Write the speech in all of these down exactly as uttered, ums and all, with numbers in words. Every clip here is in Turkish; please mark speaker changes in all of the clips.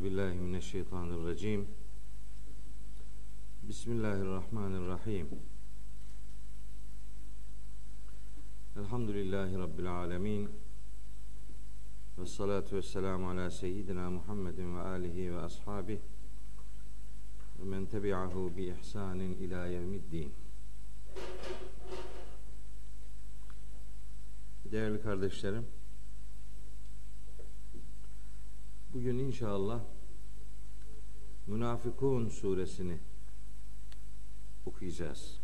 Speaker 1: billahi mineşşeytanirracim. Bismillahirrahmanirrahim. Elhamdülillahi Rabbil alemin. Vessalatu vesselamu ala seyyidina Muhammedin ve alihi ve ashabihi ve men tebi'ahu bi ihsanin ila yevmiddin. Değerli kardeşlerim, bugün inşallah Münafıkun suresini okuyacağız.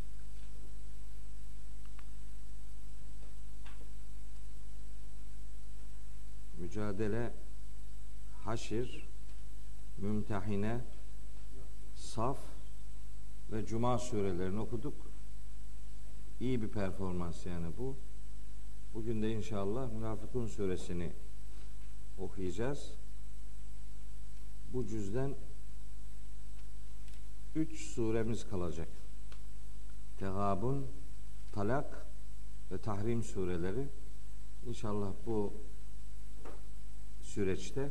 Speaker 1: Mücadele, Haşr, Mümtehine, Saf ve Cuma surelerini okuduk. İyi bir performans yani bu. Bugün de inşallah Münafıkun suresini okuyacağız. Bu cüzden üç suremiz kalacak. Tegabun, Talak ve Tahrim sureleri. İnşallah bu süreçte,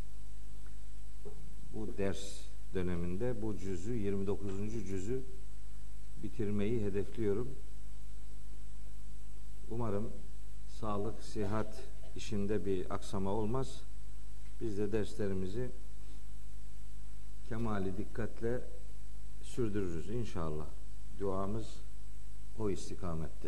Speaker 1: bu ders döneminde bu cüzü, yirmi dokuzuncu cüzü bitirmeyi hedefliyorum. Umarım sağlık, sıhhat işinde bir aksama olmaz. Biz de derslerimizi kemali dikkatle sürdürürüz inşallah. Duamız o istikamette.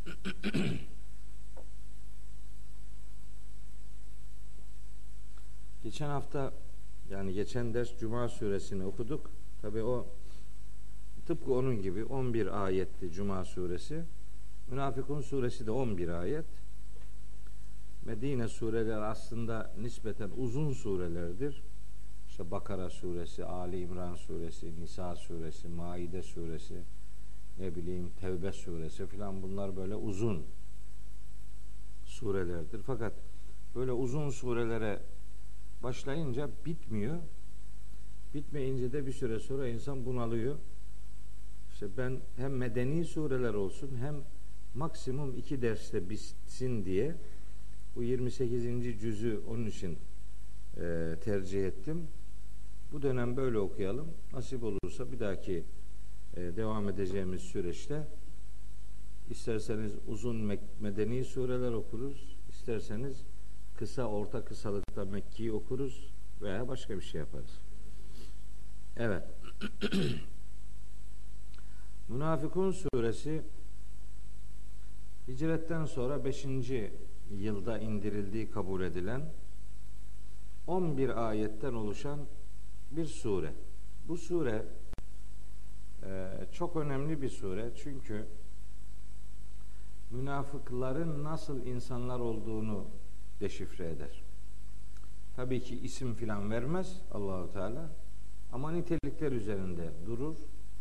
Speaker 1: Geçen hafta, yani geçen ders Cuma suresini okuduk. Tabi o tıpkı onun gibi on bir ayetti Cuma suresi. Münafıkun suresi de on bir ayet. Medine sureleri aslında nispeten uzun surelerdir. İşte Bakara suresi, Ali İmran suresi, Nisa suresi, Maide suresi, ne bileyim Tevbe suresi filan, bunlar böyle uzun surelerdir. Fakat böyle uzun surelere başlayınca bitmiyor. Bitmeyince de bir süre sonra insan bunalıyor. İşte ben hem medeni sureler olsun hem maksimum iki derste bitsin diye bu yirmi sekizinci cüzü onun için e, tercih ettim. Bu dönem böyle okuyalım. Nasip olursa bir dahaki e, devam edeceğimiz süreçte isterseniz uzun medeni sureler okuruz, isterseniz kısa, orta kısalıkta Mekki okuruz veya başka bir şey yaparız. Evet. Münafıkun suresi hicretten sonra beşinci yılda indirildiği kabul edilen on bir ayetten oluşan bir sure. Bu sure e, çok önemli bir sure. Çünkü münafıkların nasıl insanlar olduğunu deşifre eder. Tabii ki isim filan vermez Allahu Teala, ama nitelikler üzerinde durur.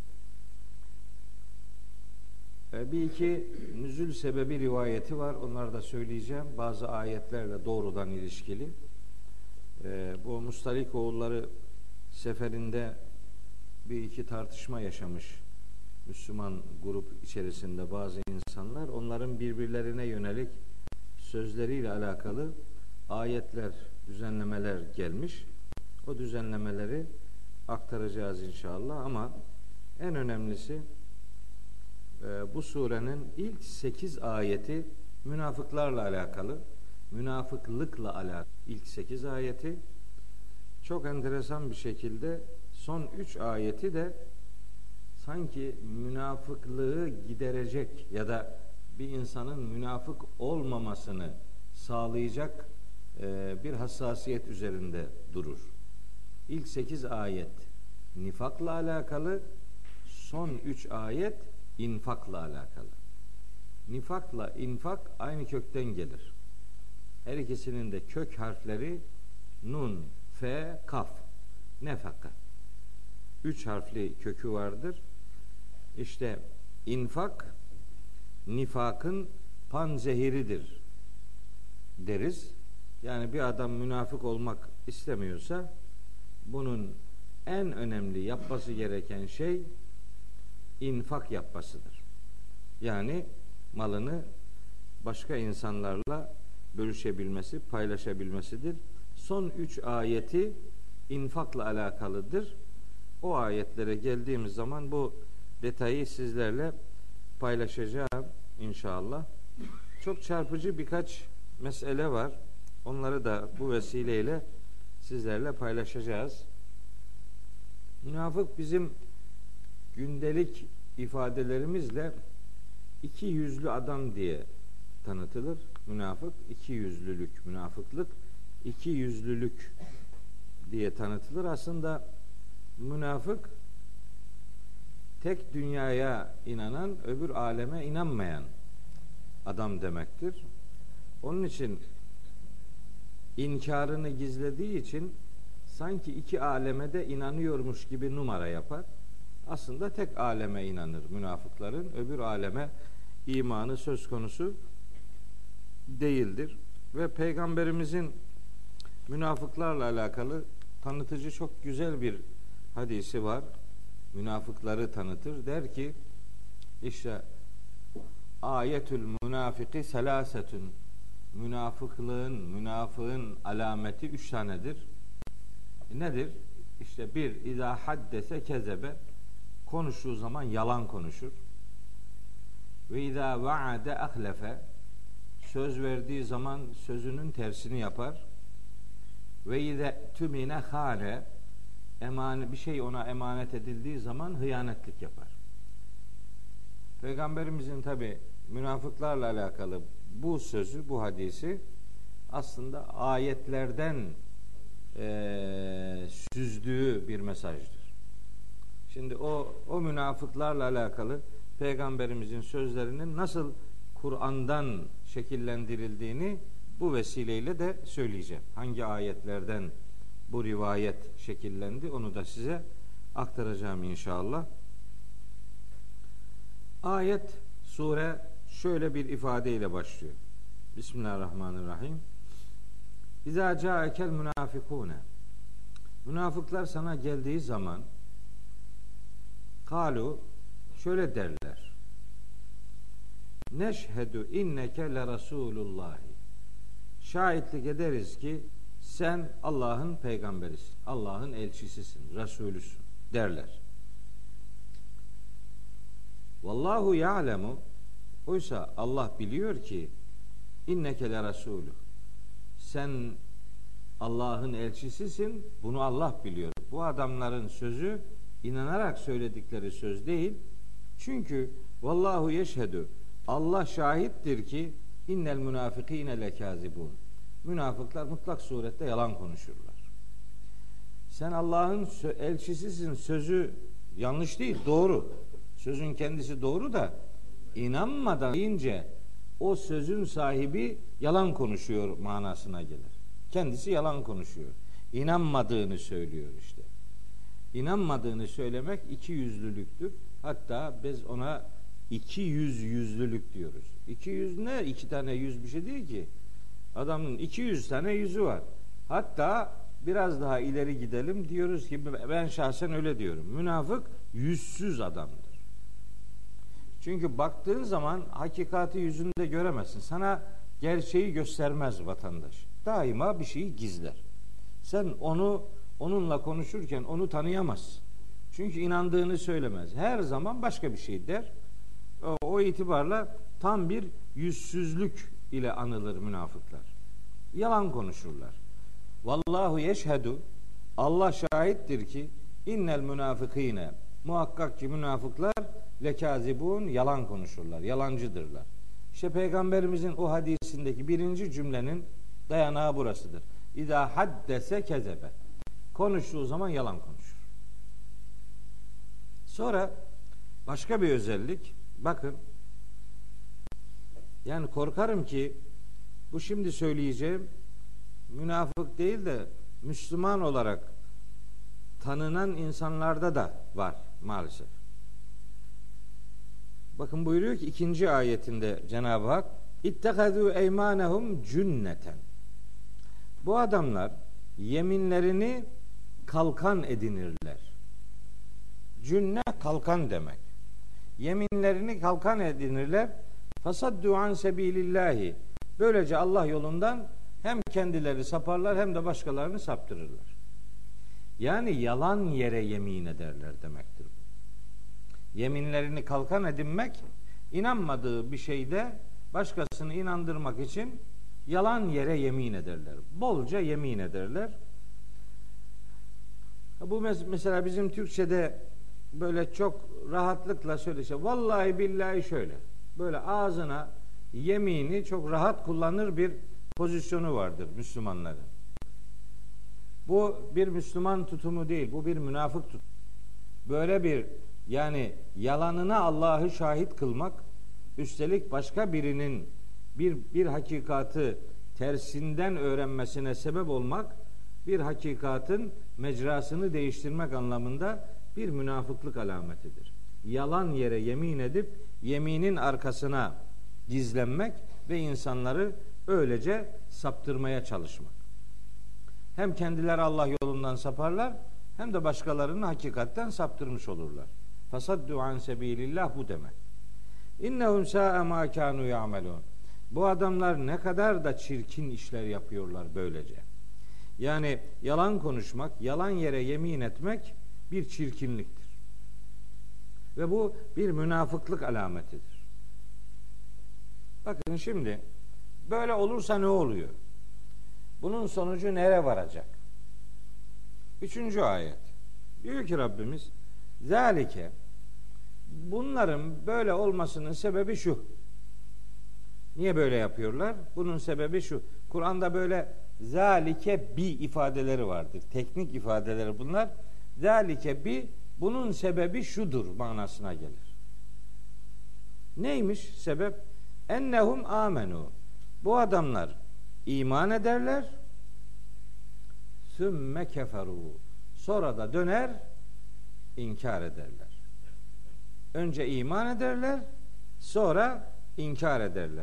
Speaker 1: E, bir iki nüzül sebebi rivayeti var. Onları da söyleyeceğim. Bazı ayetlerle doğrudan ilişkili. E, bu Mustalik oğulları seferinde bir iki tartışma yaşamış Müslüman grup içerisinde bazı insanlar. Onların birbirlerine yönelik sözleriyle alakalı ayetler, düzenlemeler gelmiş. O düzenlemeleri aktaracağız inşallah, ama en önemlisi e, bu surenin ilk sekiz ayeti münafıklarla alakalı, münafıklıkla alakalı. İlk sekiz ayeti çok enteresan bir şekilde son üç ayeti de sanki münafıklığı giderecek ya da bir insanın münafık olmamasını sağlayacak e, bir hassasiyet üzerinde durur. İlk sekiz ayet nifakla alakalı, son üç ayet infakla alakalı. Nifakla infak aynı kökten gelir. Her ikisinin de kök harfleri nun, fe, kaf, nefaka. Üç harfli kökü vardır. İşte infak nifakın panzehiridir deriz. Yani bir adam münafık olmak istemiyorsa bunun en önemli yapması gereken şey infak yapmasıdır. Yani malını başka insanlarla bölüşebilmesi, paylaşabilmesidir. Son üç ayeti infakla alakalıdır. O ayetlere geldiğimiz zaman bu detayı sizlerle paylaşacağım inşallah. Çok çarpıcı birkaç mesele var. Onları da bu vesileyle sizlerle paylaşacağız. Münafık bizim gündelik ifadelerimizle iki yüzlü adam diye tanıtılır. Münafık iki yüzlülük, münafıklık iki yüzlülük diye tanıtılır. Aslında münafık tek dünyaya inanan, öbür aleme inanmayan adam demektir. Onun için inkarını gizlediği için sanki iki aleme de inanıyormuş gibi numara yapar. Aslında tek aleme inanır münafıkların. Öbür aleme imanı söz konusu değildir. Ve Peygamberimizin münafıklarla alakalı tanıtıcı çok güzel bir hadisi var. Münafıkları tanıtır. Der ki işte ayetül münafiki selasetün, münafıklığın, münafığın alameti üç tanedir. Nedir? İşte bir, izâ haddese kezebe, konuştuğu zaman yalan konuşur. Ve izâ vaade ahlefe, söz verdiği zaman sözünün tersini yapar. Ve izâ tümine hâne, emanet, bir şey ona emanet edildiği zaman hıyanetlik yapar. Peygamberimizin tabi münafıklarla alakalı bu sözü, bu hadisi aslında ayetlerden e, süzdüğü bir mesajdır. Şimdi o o münafıklarla alakalı Peygamberimizin sözlerinin nasıl Kur'an'dan şekillendirildiğini bu vesileyle de söyleyeceğim. Hangi ayetlerden bu rivayet şekillendi onu da size aktaracağım inşallah. Ayet, sure şöyle bir ifadeyle başlıyor. Bismillahirrahmanirrahim. İzâ câekel münâfikûne. Münafıklar sana geldiği zaman kâlu, şöyle derler. Neşhedü inneke le rasûlullâhi. Şahitlik ederiz ki sen Allah'ın peygamberisin. Allah'ın elçisisin, Resulüsün derler. Vallahu ya'lemu, oysa Allah biliyor ki inneke le rasûlü. Sen Allah'ın elçisisin. Bunu Allah biliyor. Bu adamların sözü inanarak söyledikleri söz değil. Çünkü vallahu yeşhedü, Allah şahittir ki innel münafıkîne lekâzibûn. Münafıklar mutlak surette yalan konuşurlar. Sen Allah'ın elçisisin, sözü yanlış değil, doğru. Sözün kendisi doğru da inanmadan deyince o sözün sahibi yalan konuşuyor manasına gelir. Kendisi yalan konuşuyor. İnanmadığını söylüyor işte. İnanmadığını söylemek iki yüzlülüktür. Hatta biz ona iki yüz yüzlülük diyoruz. İki yüz ne? İki tane yüz bir şey değil ki. Adamın iki yüz tane yüzü var. Hatta biraz daha ileri gidelim, diyoruz ki ben şahsen öyle diyorum. Münafık yüzsüz adamdır. Çünkü baktığın zaman hakikati yüzünde göremezsin. Sana gerçeği göstermez vatandaş. Daima bir şeyi gizler. Sen onu onunla konuşurken onu tanıyamazsın. Çünkü inandığını söylemez. Her zaman başka bir şey der. O, o itibarla tam bir yüzsüzlük ile anılır münafıklar. Yalan konuşurlar. Vallahu yeşhedü, Allah şahittir ki innel münafıkîne, muhakkak ki münafıklar lekâzibûn, yalan konuşurlar, yalancıdırlar. İşte Peygamberimizin o hadisindeki birinci cümlenin dayanağı burasıdır. İzâ haddese kezebe. Konuştuğu zaman yalan konuşur. Sonra başka bir özellik, bakın, yani korkarım ki bu şimdi söyleyeceğim münafık değil de Müslüman olarak tanınan insanlarda da var maalesef. Bakın buyuruyor ki ikinci ayetinde Cenab-ı Hak İttekazû eymanehum cünneten. Bu adamlar yeminlerini kalkan edinirler. Cünne kalkan demek. Yeminlerini kalkan edinirler. Fasaddu an sebilillahi. Böylece Allah yolundan hem kendileri saparlar hem de başkalarını saptırırlar. Yani yalan yere yemin ederler demektir bu. Yeminlerini kalkan edinmek, inanmadığı bir şeyde başkasını inandırmak için yalan yere yemin ederler. Bolca yemin ederler. Bu mesela bizim Türkçe'de böyle çok rahatlıkla söylese, vallahi billahi şöyle. Böyle ağzına yemini çok rahat kullanır bir pozisyonu vardır Müslümanların. Bu bir Müslüman tutumu değil, bu bir münafık tutumu. Böyle bir, yani yalanına Allah'ı şahit kılmak, üstelik başka birinin bir bir hakikatı tersinden öğrenmesine sebep olmak, bir hakikatın mecrasını değiştirmek anlamında bir münafıklık alametidir. Yalan yere yemin edip yeminin arkasına gizlenmek ve insanları öylece saptırmaya çalışmak. Hem kendileri Allah yolundan saparlar, hem de başkalarını hakikatten saptırmış olurlar. Fasaddu an sebilillah bu demek. İnnehum sa'a ma kanu ya'melun. Bu adamlar ne kadar da çirkin işler yapıyorlar böylece. Yani yalan konuşmak, yalan yere yemin etmek bir çirkinliktir. Ve bu bir münafıklık alametidir. Bakın şimdi böyle olursa ne oluyor? Bunun sonucu nereye varacak? Üçüncü ayet. Diyor ki Rabbimiz, zalike, bunların böyle olmasının sebebi şu. Niye böyle yapıyorlar? Bunun sebebi şu. Kur'an'da böyle zalike bi ifadeleri vardır. Teknik ifadeleri bunlar. Zalike bi, bunun sebebi şudur manasına gelir. Neymiş sebep? Ennehum amenu. Bu adamlar iman ederler. Sümme keferu. Sonra da döner inkar ederler. Önce iman ederler, sonra inkar ederler.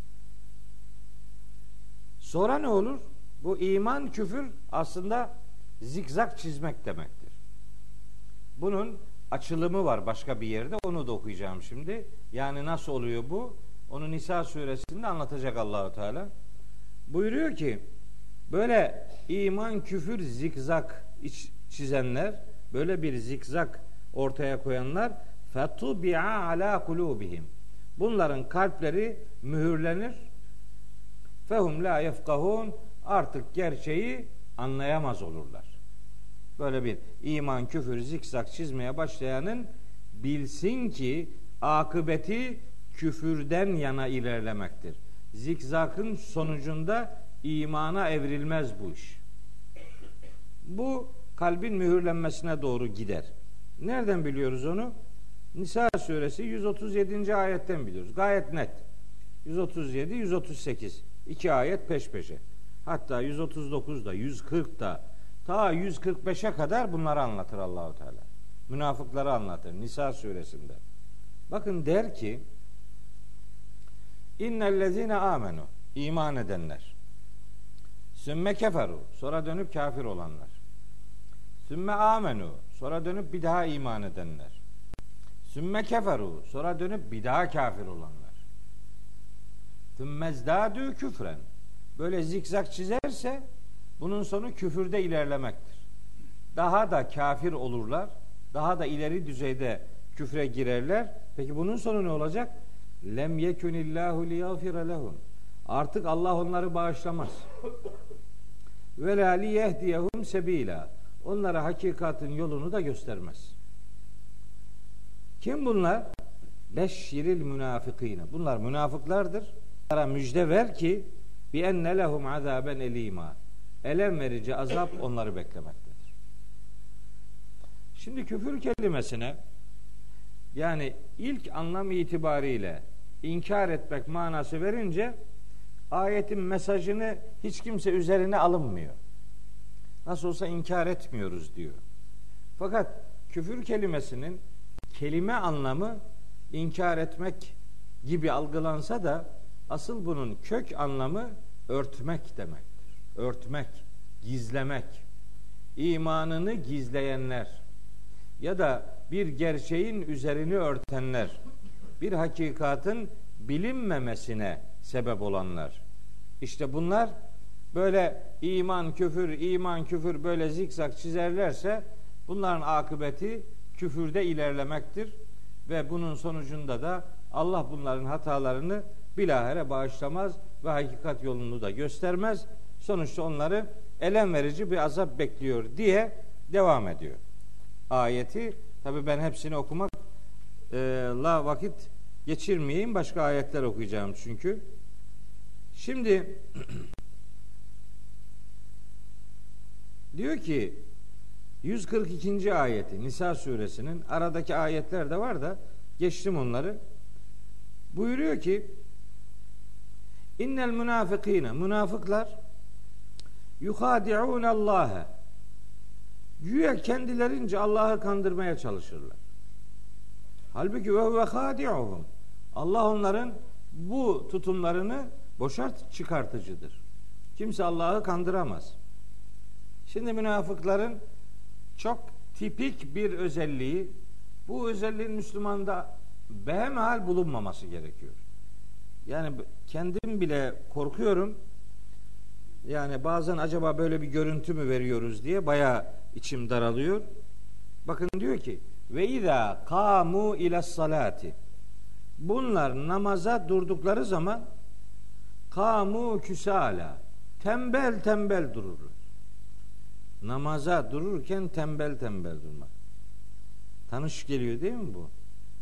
Speaker 1: Sonra ne olur? Bu iman küfür aslında zikzak çizmek demektir. Bunun açılımı var başka bir yerde. Onu da okuyacağım şimdi. Yani nasıl oluyor bu? Onu Nisa suresinde anlatacak Allah-u Teala. Buyuruyor ki böyle iman küfür zikzak çizenler, böyle bir zikzak ortaya koyanlar fetubi'a ala kulubihim. Bunların kalpleri mühürlenir. Fehum la yefkahun. Artık gerçeği anlayamaz olurlar. Böyle bir iman küfür zikzak çizmeye başlayanın bilsin ki akıbeti küfürden yana ilerlemektir. Zikzakın sonucunda imana evrilmez bu iş. Bu kalbin mühürlenmesine doğru gider. Nereden biliyoruz onu? Nisa suresi yüz otuz yedinci ayetten biliyoruz. Gayet net. yüz otuz yedi yüz otuz sekiz. İki ayet peş peşe. Hatta yüz otuz dokuzda, yüz kırkta, ta yüz kırk beşe kadar bunları anlatır Allah-u Teala. Münafıkları anlatır Nisa suresinde. Bakın der ki İnnellezine amenu, iman edenler. Sümme keferu, sonra dönüp kafir olanlar. Sümme amenu, sonra dönüp bir daha iman edenler. Sümme keferu, sonra dönüp bir daha kafir olanlar. Sümmezdâdû küfren. Böyle zikzak çizerse bunun sonu küfürde ilerlemektir. Daha da kafir olurlar, daha da ileri düzeyde küfre girerler. Peki bunun sonu ne olacak? Lem yekunillahu liyagfire lehum. Artık Allah onları bağışlamaz. Ve la liyehdiyehum sebila. Onlara hakikatin yolunu da göstermez. Kim bunlar? Beşşiril münafıkîne. Bunlar münafıklardır. Onlara müjde ver ki bi enne lehum azaben elîmâ. Elem verici azap onları beklemektedir. Şimdi küfür kelimesine, yani ilk anlam itibariyle inkar etmek manası verince ayetin mesajını hiç kimse üzerine alınmıyor. Nasıl olsa inkar etmiyoruz diyor. Fakat küfür kelimesinin kelime anlamı inkar etmek gibi algılansa da asıl bunun kök anlamı örtmek demektir. Örtmek, gizlemek. İmanını gizleyenler ya da bir gerçeğin üzerini örtenler, bir hakikatin bilinmemesine sebep olanlar. İşte bunlar böyle iman küfür iman küfür böyle zikzak çizerlerse bunların akıbeti küfürde ilerlemektir ve bunun sonucunda da Allah bunların hatalarını bilahare bağışlamaz ve hakikat yolunu da göstermez. Sonuçta onları elem verici bir azap bekliyor diye devam ediyor. Ayeti tabii ben hepsini okumak e, la vakit geçirmeyeyim. Başka ayetler okuyacağım çünkü. Şimdi diyor ki yüz kırk ikinci ayeti Nisa suresinin, aradaki ayetler de var da geçtim onları. Buyuruyor ki İnnel münafıkîne, münafıklar yuhadi'ûnallâhe, güya kendilerince Allah'ı kandırmaya çalışırlar. Halbuki ve huve hâdi'uhum, Allah onların bu tutumlarını boşart çıkartıcıdır. Kimse Allah'ı kandıramaz. Şimdi münafıkların çok tipik bir özelliği, bu özelliğin Müslümanda behemhal bulunmaması gerekiyor. Yani kendim bile korkuyorum. Yani bazen acaba böyle bir görüntü mü veriyoruz diye bayağı içim daralıyor. Bakın diyor ki ve izâ kâmû iles salâti, bunlar namaza durdukları zaman kâmû küsâlâ, tembel tembel dururlar. Namaza dururken tembel tembel durmak. Tanış geliyor değil mi bu?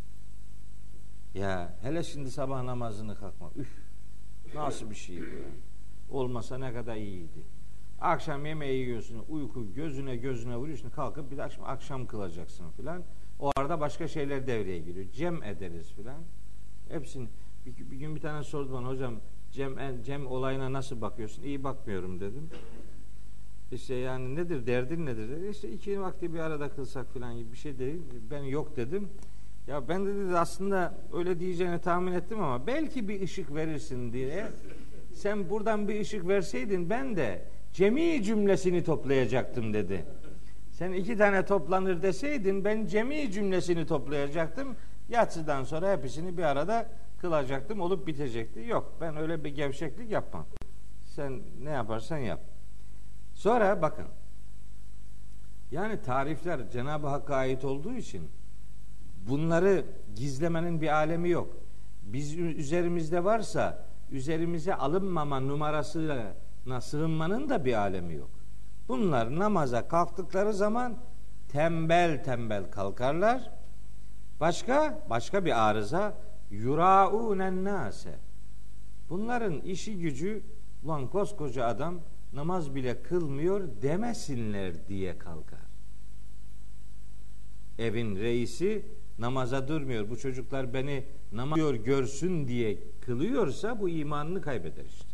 Speaker 1: Ya hele şimdi sabah namazını kalkmak. Üf, nasıl bir şey bu ya? Olmasa ne kadar iyiydi. Akşam yemeği yiyorsun, uyku gözüne gözüne vuruyorsun, kalkıp bir de akşam, akşam kılacaksın filan. O arada başka şeyler devreye giriyor. Cem ederiz filan. Hepsini bir, bir gün bir tane sordu bana, hocam cem cem olayına nasıl bakıyorsun? İyi bakmıyorum dedim. İşte yani nedir, derdin nedir dedi. İşte iki vakti bir arada kılsak filan gibi bir şey değil. Ben yok dedim. Ya ben de dedi aslında öyle diyeceğini tahmin ettim ama belki bir ışık verirsin diye. Sen buradan bir ışık verseydin ben de cemi cümlesini toplayacaktım dedi. Sen iki tane toplanır deseydin ben cemi cümlesini toplayacaktım. Yatsıdan sonra hepsini bir arada kılacaktım, olup bitecekti. Yok, ben öyle bir gevşeklik yapmam. Sen ne yaparsan yap. Sonra bakın. Yani tarifler Cenab-ı Hakk'a ait olduğu için bunları gizlemenin bir alemi yok. Biz üzerimizde varsa üzerimize alınmama numarasıyla sığınmanın da bir alemi yok. Bunlar namaza kalktıkları zaman tembel tembel kalkarlar. Başka başka bir arıza, yuraunen nase. Bunların işi gücü, ulan koskoca adam namaz bile kılmıyor demesinler diye kalkar. Evin reisi namaza durmuyor. Bu çocuklar beni namaz görsün diye kılıyorsa bu imanını kaybeder işte.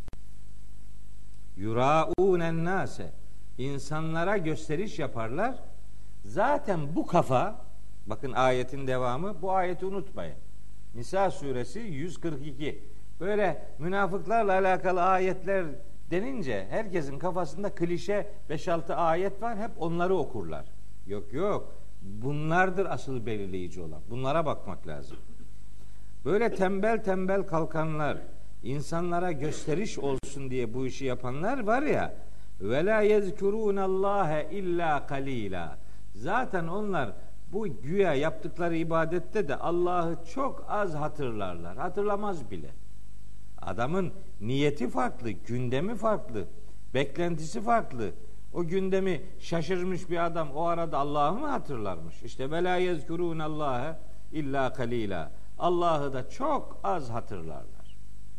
Speaker 1: Yuraunen nase. İnsanlara gösteriş yaparlar. Zaten bu kafa, bakın ayetin devamı, bu ayeti unutmayın. Nisa suresi yüz kırk iki. Böyle münafıklarla alakalı ayetler denince herkesin kafasında klişe beş altı ayet var. Hep onları okurlar. Yok yok. Bunlardır asıl belirleyici olan. Bunlara bakmak lazım. Böyle tembel tembel kalkanlar, insanlara gösteriş olsun diye bu işi yapanlar var ya, ve la yezkurunallâhe illa kalîlâ. Zaten onlar bu güya yaptıkları ibadette de Allah'ı çok az hatırlarlar. Hatırlamaz bile. Adamın niyeti farklı, gündemi farklı, beklentisi farklı. O gündemi şaşırmış bir adam o arada Allah'ı mı hatırlarmış? İşte ve la yezkurunallâhe illa kalîlâ. Allah'ı da çok az hatırlarlar.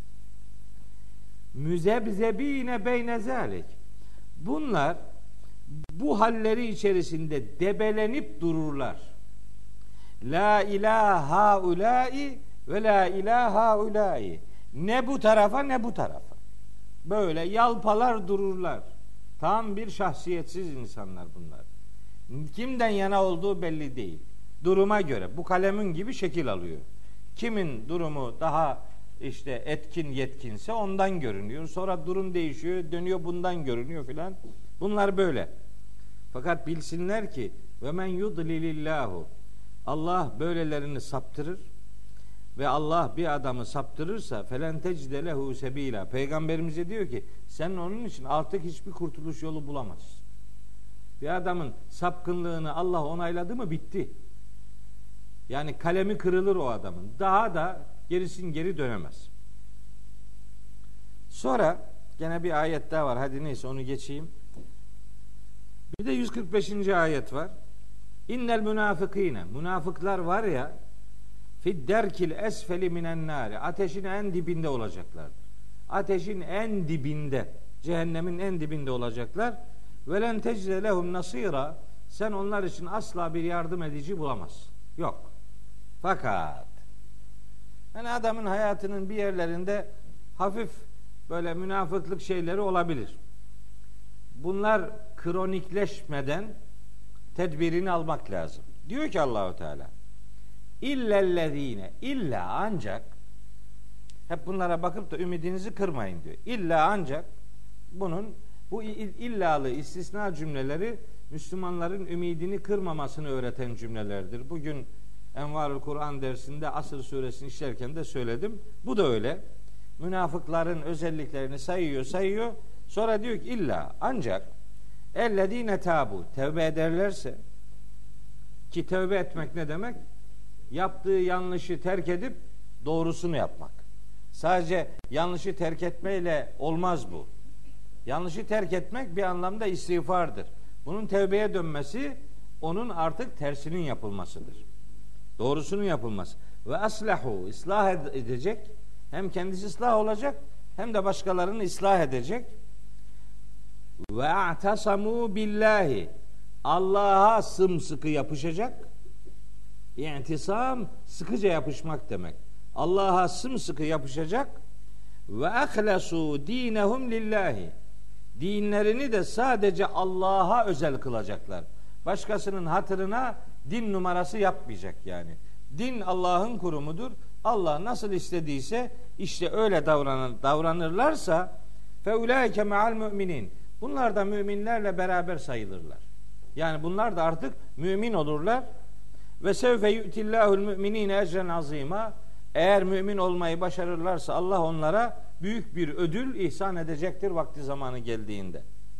Speaker 1: Müzebzebine beyne zâlik. Bunlar bu halleri içerisinde debelenip dururlar. La ilaha ulai ve la ilaha ulai. Ne bu tarafa ne bu tarafa. Böyle yalpalar dururlar. Tam bir şahsiyetsiz insanlar bunlar. Kimden yana olduğu belli değil. Duruma göre bu kalemin gibi şekil alıyor. Kimin durumu daha işte etkin yetkinse ondan görünüyor. Sonra durum değişiyor, dönüyor bundan görünüyor filan. Bunlar böyle. Fakat bilsinler ki ve men yudlilillahu, Allah böylelerini saptırır. ve Allah bir adamı saptırırsa felen tecide lehu sebila. Peygamberimize diyor ki sen onun için artık hiçbir kurtuluş yolu bulamazsın. Bir adamın sapkınlığını Allah onayladı mı bitti. Yani kalemi kırılır o adamın. Daha da gerisin geri dönemez. Sonra gene bir ayet daha var. Hadi neyse onu geçeyim. Bir de yüz kırk beşinci ayet var. İnnel münafıkîne. Münafıklar var ya fid derkil esfeli minen nâri. Ateşin en dibinde olacaklardır. Ateşin en dibinde. Cehennemin en dibinde olacaklar. Velen tecde lehum nasîra. Sen onlar için asla bir yardım edici bulamazsın. Yok. Fakat yani adamın hayatının bir yerlerinde hafif böyle münafıklık şeyleri olabilir. Bunlar kronikleşmeden tedbirini almak lazım. Diyor ki Allahu Teala illellezine illa ancak hep bunlara bakıp da ümidinizi kırmayın diyor. İlla ancak bunun bu illalı istisna cümleleri Müslümanların ümidini kırmamasını öğreten cümlelerdir. Bugün Envarul Kur'an dersinde Asr suresini işlerken de söyledim. Bu da öyle. Münafıkların özelliklerini sayıyor sayıyor. Sonra diyor ki illa ancak ellezine tabu tevbe ederlerse, ki tevbe etmek ne demek? Yaptığı yanlışı terk edip doğrusunu yapmak. Sadece yanlışı terk etmeyle olmaz bu. Yanlışı terk etmek bir anlamda istiğfardır. Bunun tevbeye dönmesi onun artık tersinin yapılmasıdır. Doğrusunun yapılması. Ve aslahu ıslah edecek. Hem kendisi ıslah olacak hem de başkalarını ıslah edecek. Ve a'tasamu billahi. Allah'a sımsıkı yapışacak. İ'tisam sıkıca yapışmak demek. Allah'a sımsıkı yapışacak. Ve ahlasu dinehum lillahi. Dinlerini de sadece Allah'a özel kılacaklar. Başkasının hatırına din numarası yapmayacak yani. Din Allah'ın kurumudur. Allah nasıl istediyse işte öyle davranır, davranırlarsa fe ulaike ma'al müminin. Bunlar da müminlerle beraber sayılırlar. Yani bunlar da artık mümin olurlar. Ve sevfe yu'tillahul müminine ecren azima. Eğer mümin olmayı başarırlarsa Allah onlara büyük bir ödül ihsan edecektir vakti zamanı geldiğinde.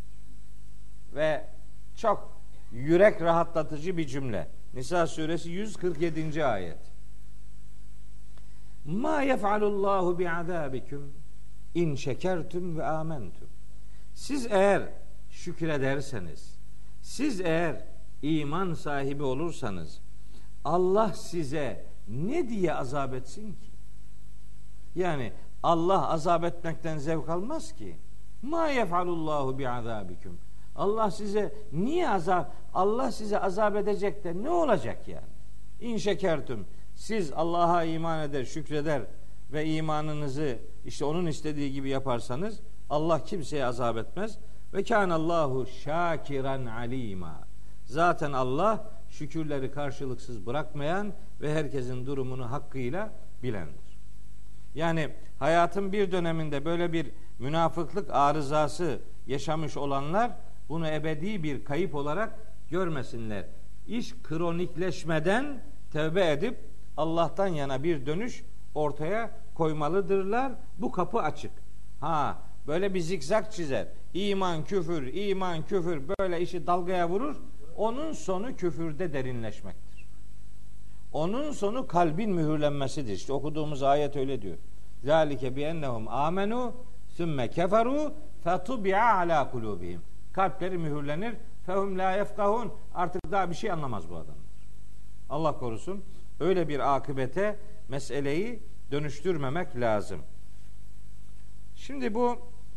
Speaker 1: Ve çok yürek rahatlatıcı bir cümle. Nisa suresi yüz kırk yedinci ayet. Ma yef'alullahu bi'azabikum in şekertum ve amentum. Siz eğer şükrederseniz, siz eğer iman sahibi olursanız Allah size ne diye azap etsin ki? Yani Allah azap etmekten zevk almaz ki. Ma yef'alullahu bi'azabikum. Allah size niye azap? Allah size azap edecek de ne olacak yani? İn şekertum. Siz Allah'a iman eder, şükreder ve imanınızı işte onun istediği gibi yaparsanız Allah kimseye azap etmez. Ve kânallahu şâkiran alîmâ. Zaten Allah şükürleri karşılıksız bırakmayan ve herkesin durumunu hakkıyla bilendir. Yani hayatın bir döneminde böyle bir münafıklık arızası yaşamış olanlar bunu ebedi bir kayıp olarak görmesinler. İş kronikleşmeden tevbe edip Allah'tan yana bir dönüş ortaya koymalıdırlar. Bu kapı açık. Ha, böyle bir zikzak çizer. İman küfür, iman küfür böyle işi dalgaya vurur. Onun sonu küfürde derinleşmektir. Onun sonu kalbin mühürlenmesidir. İşte okuduğumuz ayet öyle diyor. Zalike bi ennehum amenu sümme keferu fetubi'a ala kulubihim. Kalpleri mühürlenir. Fehum la yefkahun. Artık daha bir şey anlamaz bu adamlar. Allah korusun. Öyle bir akıbete meseleyi dönüştürmemek lazım. Şimdi bu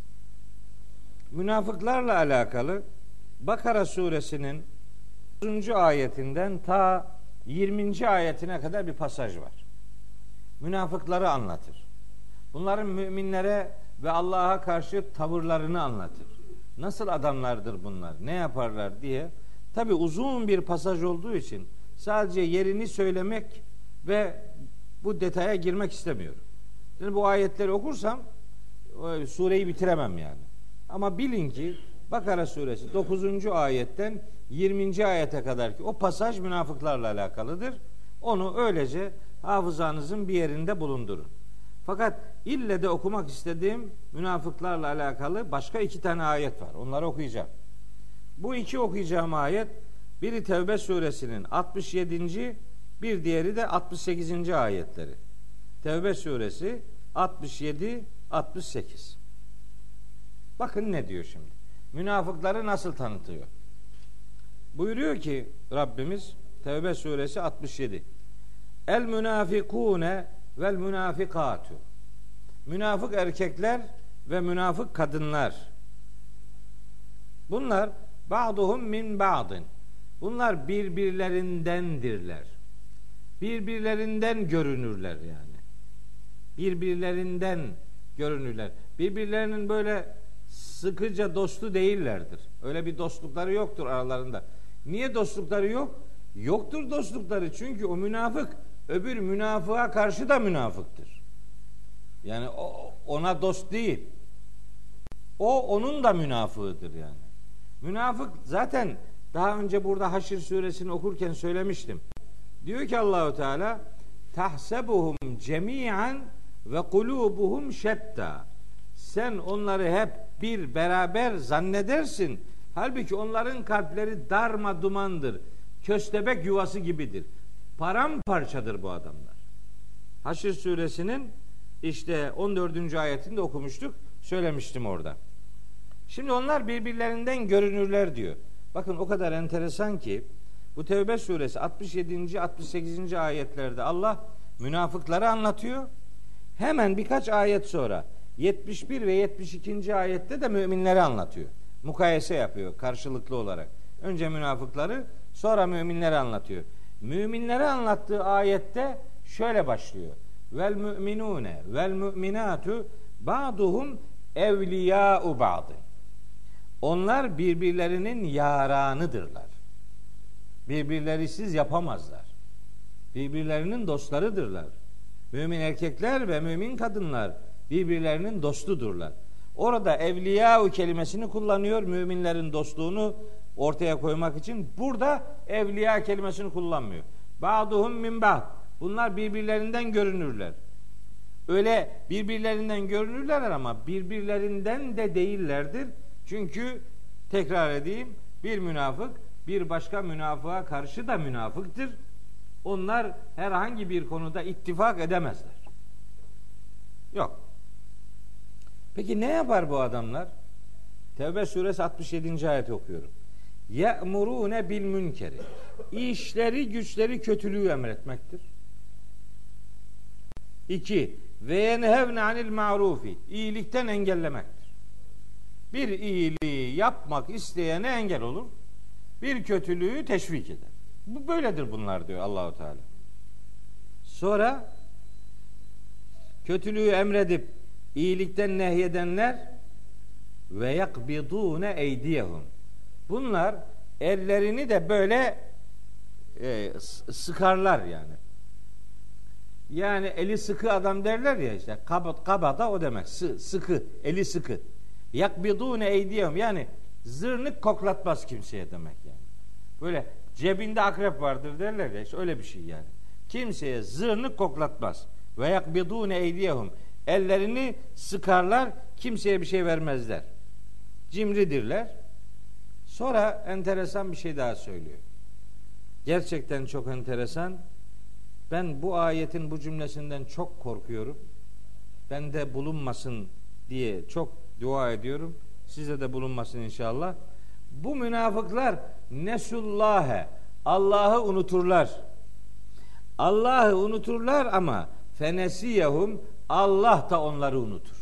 Speaker 1: münafıklarla alakalı Bakara suresinin dokuzuncu ayetinden ta yirminci ayetine kadar bir pasaj var. Münafıkları anlatır. Bunların müminlere ve Allah'a karşı tavırlarını anlatır. Nasıl adamlardır bunlar? Ne yaparlar diye. Tabi uzun bir pasaj olduğu için sadece yerini söylemek ve bu detaya girmek istemiyorum. Yani bu ayetleri okursam sureyi bitiremem yani. Ama bilin ki Bakara suresi dokuzuncu ayetten yirminci ayete kadar ki o pasaj münafıklarla alakalıdır. Onu öylece hafızanızın bir yerinde bulundurun. Fakat ille de okumak istediğim münafıklarla alakalı başka iki tane ayet var. Onları okuyacağım. Bu iki okuyacağım ayet, biri Tevbe suresinin altmış yedinci bir diğeri de altmış sekizinci ayetleri. Tevbe suresi altmış yedi altmış sekiz. Bakın ne diyor şimdi. Münafıkları nasıl tanıtıyor? Buyuruyor ki Rabbimiz Tevbe suresi altmış yedi. El münafikune vel münafikatu. Münafık erkekler ve münafık kadınlar. Bunlar ba'duhum min ba'din. Bunlar birbirlerindendirler. Birbirlerinden görünürler yani. Birbirlerinden görünürler. Birbirlerinin böyle sıkıca dostu değillerdir. Öyle bir dostlukları yoktur aralarında. Niye dostlukları yok? Yoktur dostlukları. Çünkü o münafık öbür münafığa karşı da münafıktır. Yani o, ona dost değil. O onun da münafığıdır yani. Münafık zaten daha önce burada Haşr suresini okurken söylemiştim. Diyor ki Allahu Teala tahsebuhum cemi'an ve kulubuhum şetta. Sen onları hep bir beraber zannedersin. Halbuki onların kalpleri darma dumandır. Köstebek yuvası gibidir. Paramparçadır bu adamlar. Haşr suresinin işte on dördüncü ayetinde okumuştuk. Söylemiştim orada. Şimdi onlar birbirlerinden görünürler diyor. Bakın o kadar enteresan ki bu Tevbe suresi altmış yedinci altmış sekizinci ayetlerde Allah münafıkları anlatıyor. Hemen birkaç ayet sonra yetmiş bir ve yetmiş ikinci ayette de müminleri anlatıyor. Mukayese yapıyor karşılıklı olarak. Önce münafıkları, sonra müminleri anlatıyor. Müminleri anlattığı ayette şöyle başlıyor. Vel müminune vel müminatu ba'duhum evliya'u ba'd. Onlar birbirlerinin yaranıdırlar. Birbirlerisiz yapamazlar. Birbirlerinin dostlarıdırlar. Mümin erkekler ve mümin kadınlar birbirlerinin dostudurlar. Orada evliya'u kelimesini kullanıyor, müminlerin dostluğunu ortaya koymak için. Burada evliya kelimesini kullanmıyor. Ba'duhum min ba'd. Bunlar birbirlerinden görünürler. Öyle birbirlerinden görünürler ama birbirlerinden de değillerdir. Çünkü tekrar edeyim, bir münafık bir başka münafığa karşı da münafıktır. Onlar herhangi bir konuda ittifak edemezler. Yok. Peki ne yapar bu adamlar? Tevbe suresi altmış yedinci ayeti okuyorum. Ye'murune bil münkeri. İşleri güçleri kötülüğü emretmektir. İki. Ve yenhevne anil ma'rufi. İyilikten engellemektir. Bir iyiliği yapmak isteyene engel olur. Bir kötülüğü teşvik eder. Bu böyledir bunlar diyor Allahu Teala. Sonra kötülüğü emredip iyilikten nehyedenler ve yakbidune eydiyehum. Bunlar ellerini de böyle e, sıkarlar yani. Yani eli sıkı adam derler ya işte. Kaba, kaba da o demek. Sı, sıkı, eli sıkı. Yakbidune eydiyehum. Yani zırnık koklatmaz kimseye demek yani. Böyle cebinde akrep vardır derler ya işte öyle bir şey yani. Kimseye zırnık koklatmaz. Ve yakbidune eydiyehum. Ellerini sıkarlar, kimseye bir şey vermezler. Cimridirler. Sonra enteresan bir şey daha söylüyor. Gerçekten çok enteresan. Ben bu ayetin bu cümlesinden çok korkuyorum. Bende bulunmasın diye çok dua ediyorum. Size de bulunmasın inşallah. Bu münafıklar nesullâhe, Allah'ı unuturlar. Allah'ı unuturlar ama fenesiyehum, Allah da onları unutur.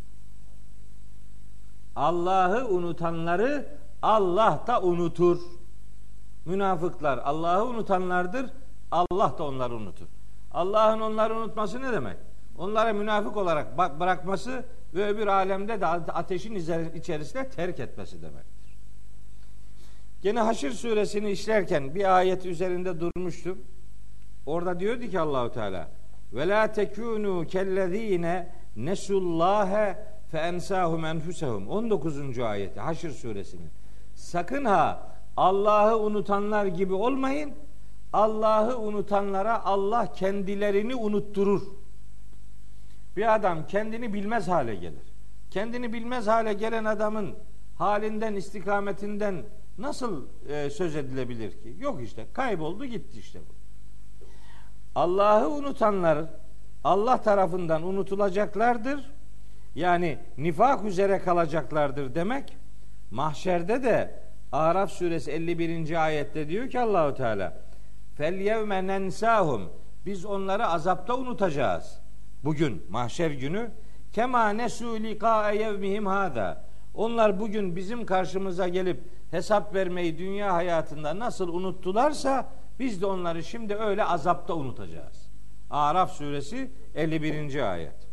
Speaker 1: Allah'ı unutanları Allah da unutur. Münafıklar Allah'ı unutanlardır. Allah da onları unutur. Allah'ın onları unutması ne demek? Onlara münafık olarak bırakması ve öbür alemde de ateşin içerisinde terk etmesi demektir. Gene Haşr suresini işlerken bir ayet üzerinde durmuştum. Orada diyordu ki Allahu Teala: "Ve la tekunu kellezine nesullâhe fe ensâhum enfusehum." on dokuzuncu ayeti Haşr suresinin. Sakın ha Allah'ı unutanlar gibi olmayın. Allah'ı unutanlara Allah kendilerini unutturur. Bir adam kendini bilmez hale gelir. Kendini bilmez hale gelen adamın halinden, istikametinden nasıl e, söz edilebilir ki? Yok işte, kayboldu gitti işte bu. Allah'ı unutanlar Allah tarafından unutulacaklardır. Yani nifak üzere kalacaklardır demek. Mahşerde de Araf suresi elli birinci ayette diyor ki Allahu Teala: "Fel yevme nensahum." Biz onları azapta unutacağız. Bugün mahşer günü kema nesu liqa yevmihim hada. Onlar bugün bizim karşımıza gelip hesap vermeyi dünya hayatında nasıl unuttularsa biz de onları şimdi öyle azapta unutacağız. Araf suresi elli birinci ayet.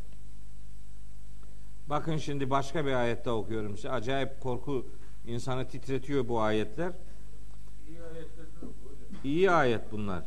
Speaker 1: Bakın şimdi başka bir ayette okuyorum size. Acayip korku insanı titretiyor bu ayetler. İyi ayetler mi hocam? İyi ayet bunlar.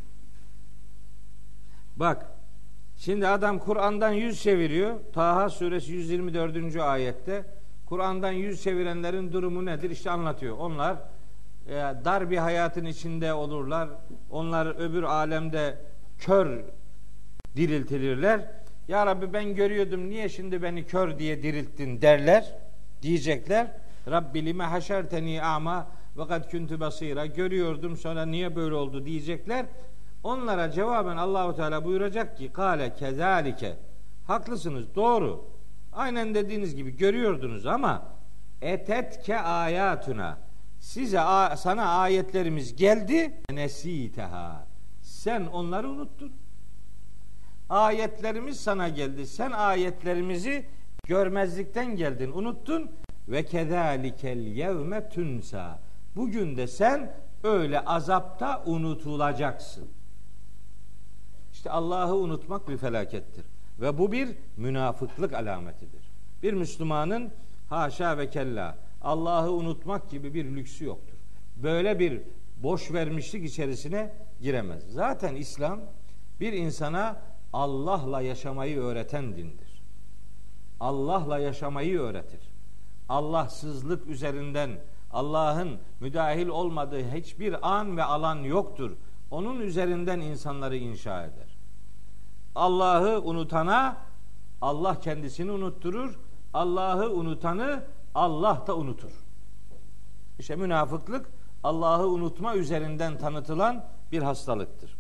Speaker 1: Bak, şimdi adam Kur'an'dan yüz çeviriyor. Taha suresi yüz yirmi dördüncü ayette Kur'an'dan yüz çevirenlerin durumu nedir? İşte anlatıyor. Onlar e, dar bir hayatın içinde olurlar. Onlar öbür alemde kör diriltilirler. Ya Rabbi ben görüyordum, niye şimdi beni kör diye dirilttin derler. Diyecekler. Rabbi lime haşerteni ama ve kad kuntu basira. Görüyordum, sonra niye böyle oldu diyecekler. Onlara cevaben Allahu Teala buyuracak ki kâle kezalike. Haklısınız, doğru. Aynen dediğiniz gibi görüyordunuz ama etetke ayatuna. Size sana ayetlerimiz geldi. Nesiteha. Sen onları unuttun. Ayetlerimiz sana geldi. Sen ayetlerimizi görmezlikten geldin, unuttun. Ve kezalikel yevme tunsa. Bugün de sen öyle azapta unutulacaksın. İşte Allah'ı unutmak bir felakettir. Ve bu bir münafıklık alametidir. Bir Müslümanın haşa ve kella Allah'ı unutmak gibi bir lüksü yoktur. Böyle bir boş vermişlik içerisine giremez. Zaten İslam bir insana Allah'la yaşamayı öğreten dindir. Allah'la yaşamayı öğretir. Allahsızlık üzerinden Allah'ın müdahil olmadığı hiçbir an ve alan yoktur. Onun üzerinden insanları inşa eder. Allah'ı unutana Allah kendisini unutturur. Allah'ı unutanı Allah da unutur. İşte münafıklık Allah'ı unutma üzerinden tanıtılan bir hastalıktır.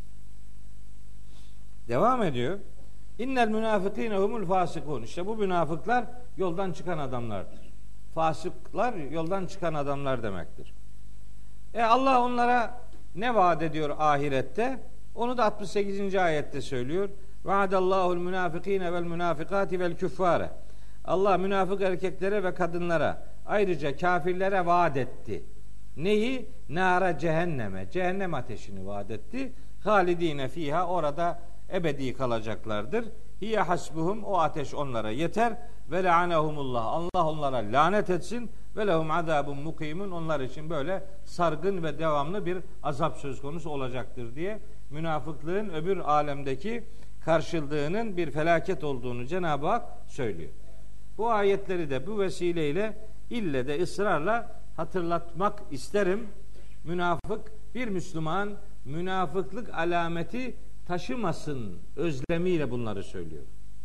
Speaker 1: Devam ediyor. İnnel münafıkîne humul fâsikûn. İşte bu münafıklar yoldan çıkan adamlardır. Fasıklar yoldan çıkan adamlar demektir. E Allah onlara ne vaat ediyor ahirette? Onu da altmış sekizinci ayette söylüyor. Vaadallahu'l münafıkîne vel münafıkâti vel küffâre. Allah münafık erkeklere ve kadınlara, ayrıca kafirlere vaat etti. Neyi? Nâra cehenneme. Cehennem ateşini vaat etti. Halidîne fîhâ. Orada ebedi kalacaklardır. Hiye hasbuhum. O ateş onlara yeter. Ve le'anehumullah. Allah onlara lanet etsin. Ve lehum azabun mukimun. Onlar için böyle sargın ve devamlı bir azap söz konusu olacaktır diye münafıklığın öbür alemdeki karşılığının bir felaket olduğunu Cenab-ı Hak söylüyor. Bu ayetleri de bu vesileyle ille de ısrarla hatırlatmak isterim. Münafık, bir Müslüman münafıklık alameti taşımasın özlemiyle bunları söylüyor.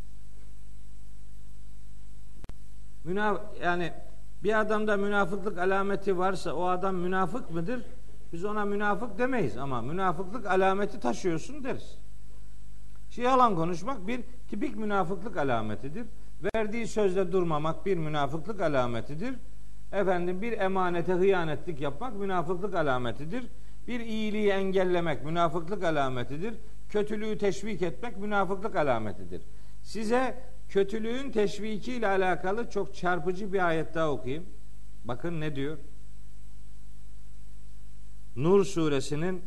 Speaker 1: Münaf yani bir adamda münafıklık alameti varsa o adam münafık mıdır? Biz ona münafık demeyiz ama münafıklık alameti taşıyorsun deriz. Şey, yalan konuşmak bir tipik münafıklık alametidir. Verdiği sözde durmamak bir münafıklık alametidir. Efendim bir emanete hıyanetlik yapmak münafıklık alametidir. Bir iyiliği engellemek münafıklık alametidir. Kötülüğü teşvik etmek münafıklık alametidir. Size kötülüğün teşviki ile alakalı çok çarpıcı bir ayet daha okuyayım. Bakın ne diyor? Nur suresinin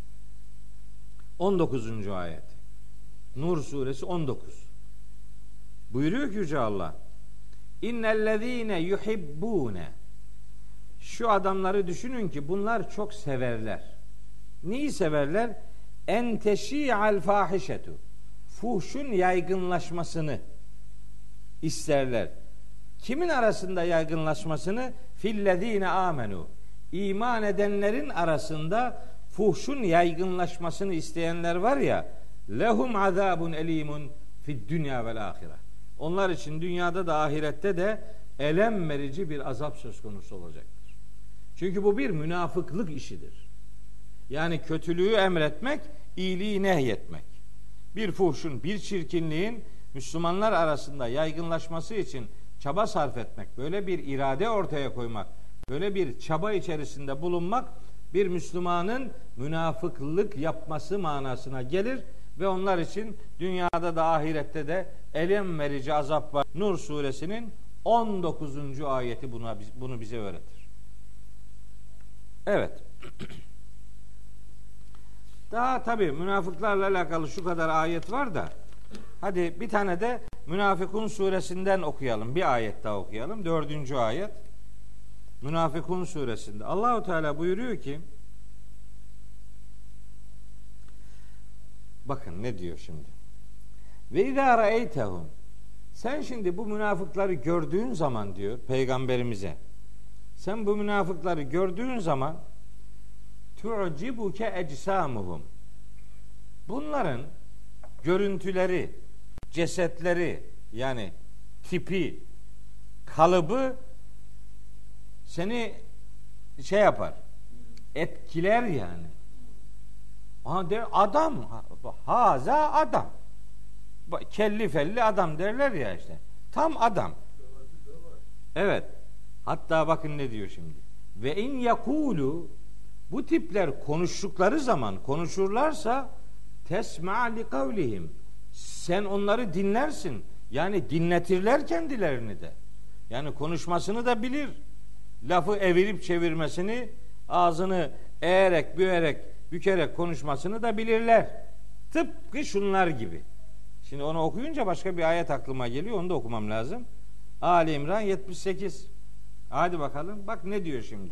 Speaker 1: on dokuzuncu ayeti. Nur suresi on dokuz. Buyuruyor ki Yüce Allah: İnnellezîne yuhibbûne. Şu adamları düşünün ki bunlar çok severler. Neyi severler? En teşî'al fâhişetu. Fuhşun yaygınlaşmasını isterler. Kimin arasında yaygınlaşmasını? Fillezîne âmenû. İman edenlerin arasında fuhşun yaygınlaşmasını isteyenler var ya, lehum azabun elimun fid dünya vel ahire. Onlar için dünyada da ahirette de elem verici bir azap söz konusu olacaktır. Çünkü bu bir münafıklık işidir. Yani kötülüğü emretmek, iyiliği nehyetmek. Bir fuhşun, bir çirkinliğin Müslümanlar arasında yaygınlaşması için çaba sarf etmek, böyle bir irade ortaya koymak, böyle bir çaba içerisinde bulunmak bir Müslümanın münafıklık yapması manasına gelir ve onlar için dünyada da ahirette de elem verici azap var. Nur suresinin on dokuzuncu ayeti buna, bunu bize öğretir. Evet. Daha tabii münafıklarla alakalı şu kadar ayet var da hadi bir tane de Münafıkun suresinden okuyalım. Bir ayet daha okuyalım. Dördüncü ayet. Münafıkun suresinde. Allahu Teala buyuruyor ki, bakın ne diyor şimdi. Ve izâ ra'eytehum. Sen şimdi bu münafıkları gördüğün zaman diyor Peygamberimize. Sen bu münafıkları gördüğün zaman tu'cibuke ecsamuhum. Bunların görüntüleri, cesetleri, yani tipi, kalıbı seni şey yapar, etkiler yani. Aha der, adam, haza adam. Kelli felli adam derler ya işte. Tam adam. Evet. Hatta bakın ne diyor şimdi. Ve in yakulu, bu tipler konuştukları zaman, konuşurlarsa tesma li kavlihim, sen onları dinlersin. Yani dinletirler kendilerini de. Yani konuşmasını da bilir. Lafı evirip çevirmesini, ağzını eğerek, büyerek, bükerek konuşmasını da bilirler. Tıpkı şunlar gibi. Şimdi onu okuyunca başka bir ayet aklıma geliyor. Onu da okumam lazım. Ali İmran yetmiş sekiz. Hadi bakalım. Bak ne diyor şimdi.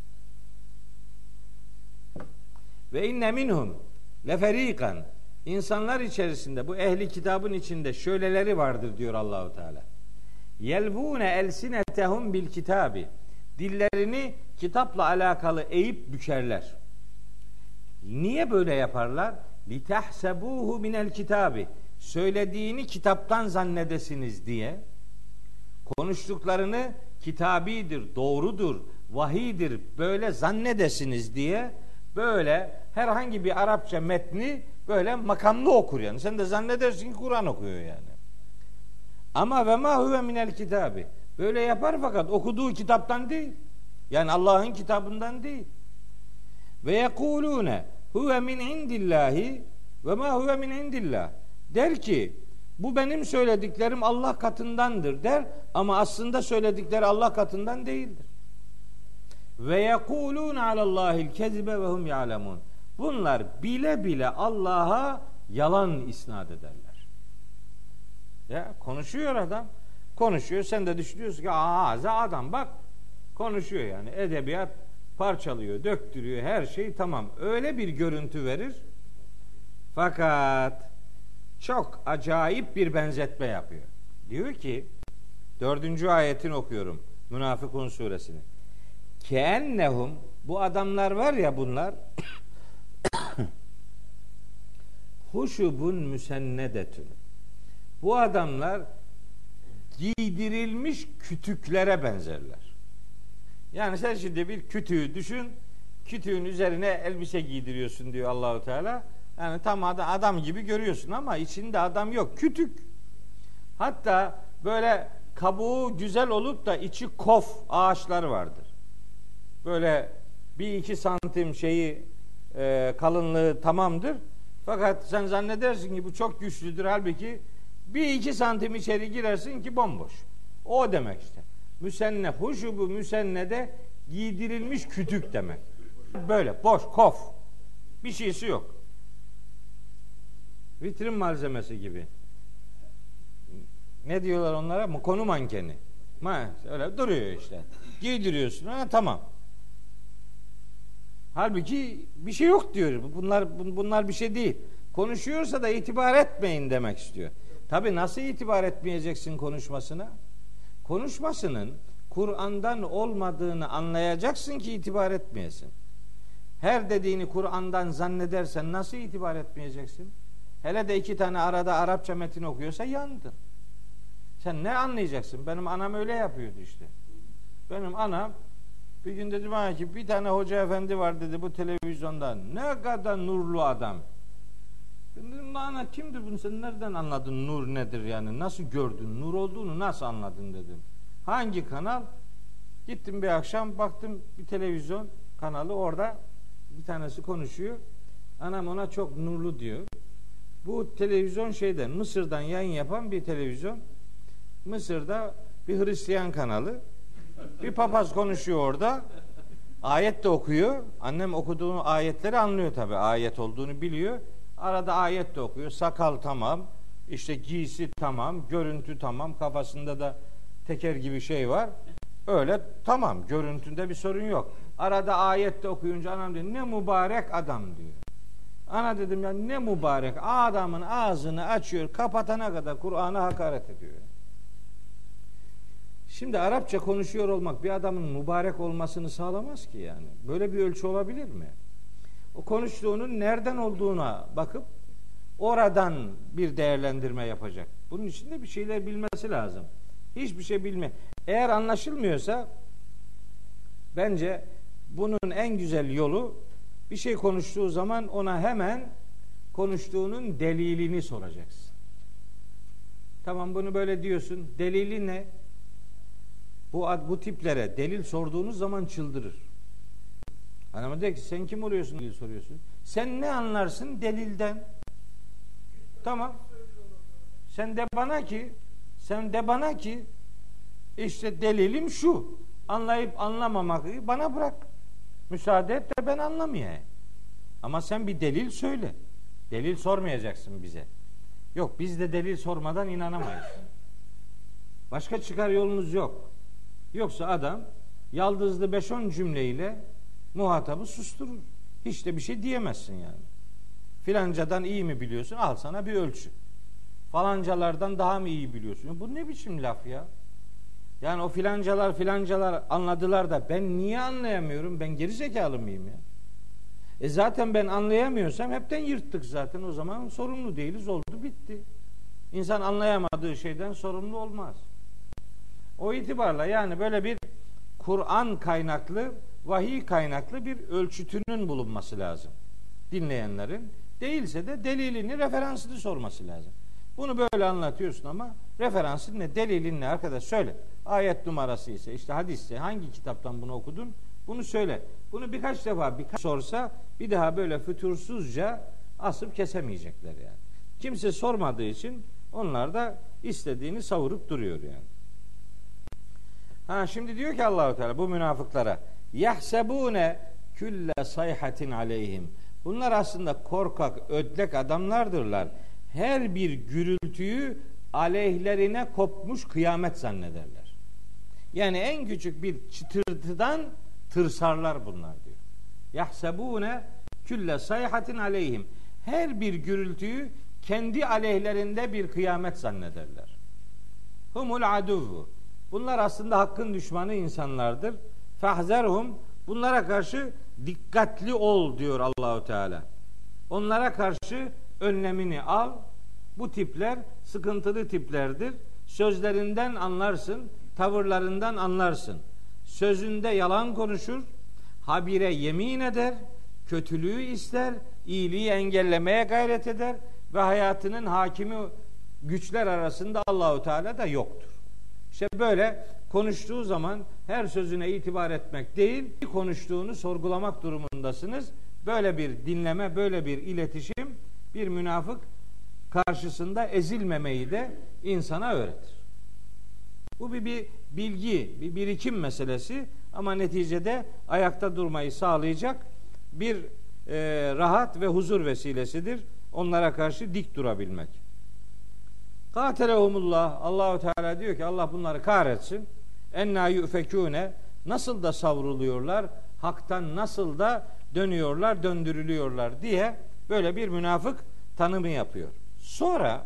Speaker 1: Ve inne minhum leferikan. İnsanlar içerisinde, bu ehli kitabın içinde şöyleleri vardır diyor Allahu Teala. Yelvune elsinetehum bil kitabi. Dillerini kitapla alakalı eğip bükerler. Niye böyle yaparlar? Litahsebuhu minel kitabi. Söylediğini kitaptan zannedesiniz diye. Konuştuklarını kitabidir, doğrudur, vahidir, böyle zannedesiniz diye böyle herhangi bir Arapça metni böyle makamlı okur yani. Sen de zannedersin ki Kur'an okuyor yani. Ama ve ma huve minel kitabi. Böyle yapar fakat okuduğu kitaptan değil. Yani Allah'ın kitabından değil. Ve yekulune huve min indillahi ve ma huve min indillah. Der ki bu benim söylediklerim Allah katındandır der ama aslında söyledikleri Allah katından değildir. Ve yekulun alallahil kezibe ve hum ya'lemun. Bunlar bile bile Allah'a yalan isnat ederler. Ya konuşuyor adam. Konuşuyor. Sen de düşünüyorsun ki aa adam bak konuşuyor yani. Edebiyat parçalıyor, döktürüyor. Her şey tamam. Öyle bir görüntü verir. Fakat çok acayip bir benzetme yapıyor. Diyor ki dördüncü ayetini okuyorum. Münafıkun suresini. Keennehum, bu adamlar var ya bunlar huşubun müsennedetün. Bu adamlar giydirilmiş kütüklere benzerler. Yani sen şimdi bir kütüğü düşün, kütüğün üzerine elbise giydiriyorsun diyor Allahu Teala. Yani tam adam gibi görüyorsun ama içinde adam yok. Kütük. Hatta böyle kabuğu güzel olup da içi kof ağaçlar vardır. Böyle bir iki santim şeyi e, kalınlığı tamamdır. Fakat sen zannedersin ki bu çok güçlüdür. Halbuki bir iki santim içeri girersin ki bomboş. O demek işte. Müsenne, huşubu müsennede giydirilmiş kütük demek. Böyle boş, kof. Bir şeysi yok. Vitrin malzemesi gibi. Ne diyorlar onlara? Konu mankeni. Ma, öyle duruyor işte. Giydiriyorsun. Ha, tamam. Halbuki bir şey yok diyor. Bunlar bunlar bir şey değil. Konuşuyorsa da itibar etmeyin demek istiyor. Tabii nasıl itibar etmeyeceksin konuşmasına? Konuşmasının Kur'an'dan olmadığını anlayacaksın ki itibar etmeyesin. Her dediğini Kur'an'dan zannedersen nasıl itibar etmeyeceksin? Hele de iki tane arada Arapça metin okuyorsa yandın. Sen ne anlayacaksın? Benim anam öyle yapıyordu işte. Benim anam bir gün dedi bana ki bir tane hoca efendi var dedi bu televizyonda. Ne kadar nurlu adam. Ben dedim ana kimdir bunu, sen nereden anladın nur nedir yani? Nasıl gördün? Nur olduğunu nasıl anladın dedim. Hangi kanal? Gittim bir akşam baktım bir televizyon kanalı, orada bir tanesi konuşuyor. Anam ona çok nurlu diyor. Bu televizyon şeyden, Mısır'dan yayın yapan bir televizyon. Mısır'da bir Hristiyan kanalı. Bir papaz konuşuyor orada. Ayet de okuyor. Annem okuduğunu ayetleri anlıyor tabii. Ayet olduğunu biliyor. Arada ayet de okuyor. Sakal tamam. İşte giysi tamam. Görüntü tamam. Kafasında da teker gibi şey var. Öyle tamam. Görüntünde bir sorun yok. Arada ayet de okuyunca anam diyor ne mübarek adam diyor. Ana dedim ya ne mübarek adamın ağzını açıyor. Kapatana kadar Kur'an'a hakaret ediyor. Şimdi Arapça konuşuyor olmak bir adamın mübarek olmasını sağlamaz ki yani. Böyle bir ölçü olabilir mi? O konuştuğunun nereden olduğuna bakıp oradan bir değerlendirme yapacak. Bunun için de bir şeyler bilmesi lazım. Hiçbir şey bilme. Eğer anlaşılmıyorsa bence bunun en güzel yolu bir şey konuştuğu zaman ona hemen konuştuğunun delilini soracaksın. Tamam bunu böyle diyorsun. Delili ne? Bu bu tiplere delil sorduğunuz zaman çıldırır. Hanım diyor ki sen kim oluyorsun delil soruyorsun. Sen ne anlarsın delilden? Tamam. Sen de bana ki sen de bana ki işte delilim şu. Anlayıp anlamamayı bana bırak. Müsaade et de ben anlamayayım. Ama sen bir delil söyle. Delil sormayacaksın bize. Yok biz de delil sormadan inanamayız. Başka çıkar yolumuz yok. Yoksa adam yaldızlı beş on cümleyle muhatabı susturur. Hiç de bir şey diyemezsin yani. Filancadan iyi mi biliyorsun? Al sana bir ölçü. Falancalardan daha mı iyi biliyorsun? Bu ne biçim laf ya? Yani o filancalar filancalar anladılar da ben niye anlayamıyorum? Ben geri zekalı mıyım ya? E zaten ben anlayamıyorsam hepten yırttık zaten. O zaman sorumlu değiliz, oldu bitti. İnsan anlayamadığı şeyden sorumlu olmaz. O itibarla yani böyle bir Kur'an kaynaklı, vahiy kaynaklı bir ölçütünün bulunması lazım dinleyenlerin. Değilse de delilini, referansını sorması lazım. Bunu böyle anlatıyorsun ama referansın ne, delilin ne arkadaş söyle. Ayet numarası ise işte hadisse hangi kitaptan bunu okudun bunu söyle. Bunu birkaç defa birkaç sorsa bir daha böyle fütursuzca asıp kesemeyecekler yani. Kimse sormadığı için onlar da istediğini savurup duruyor yani. Ha şimdi diyor ki Allahu Teala bu münafıklara yahsebune külle sayhatin aleyhim. Bunlar aslında korkak, ödlek adamlardırlar. Her bir gürültüyü aleyhlerine kopmuş kıyamet zannederler. Yani en küçük bir çıtırtıdan tırsarlar bunlar diyor. Yahsebune külle sayhatin aleyhim. Her bir gürültüyü kendi aleyhlerinde bir kıyamet zannederler. Humul aduvu. Bunlar aslında hakkın düşmanı insanlardır. Fahzerhum. Bunlara karşı dikkatli ol diyor Allahu Teala. Onlara karşı önlemini al. Bu tipler sıkıntılı tiplerdir. Sözlerinden anlarsın, tavırlarından anlarsın. Sözünde yalan konuşur, habire yemin eder, kötülüğü ister, iyiliği engellemeye gayret eder ve hayatının hakimi güçler arasında Allahu Teala da yoktur. İşte böyle konuştuğu zaman her sözüne itibar etmek değil, konuştuğunu sorgulamak durumundasınız. Böyle bir dinleme, böyle bir iletişim bir münafık karşısında ezilmemeyi de insana öğretir. Bu bir, bir bilgi, bir birikim meselesi ama neticede ayakta durmayı sağlayacak bir e, rahat ve huzur vesilesidir. Onlara karşı dik durabilmek. Katelehumullah. Allahu Teala diyor ki Allah bunları kahretsin. Enna yufekune. Nasıl da savruluyorlar, haktan nasıl da dönüyorlar, döndürülüyorlar diye böyle bir münafık tanımı yapıyor. Sonra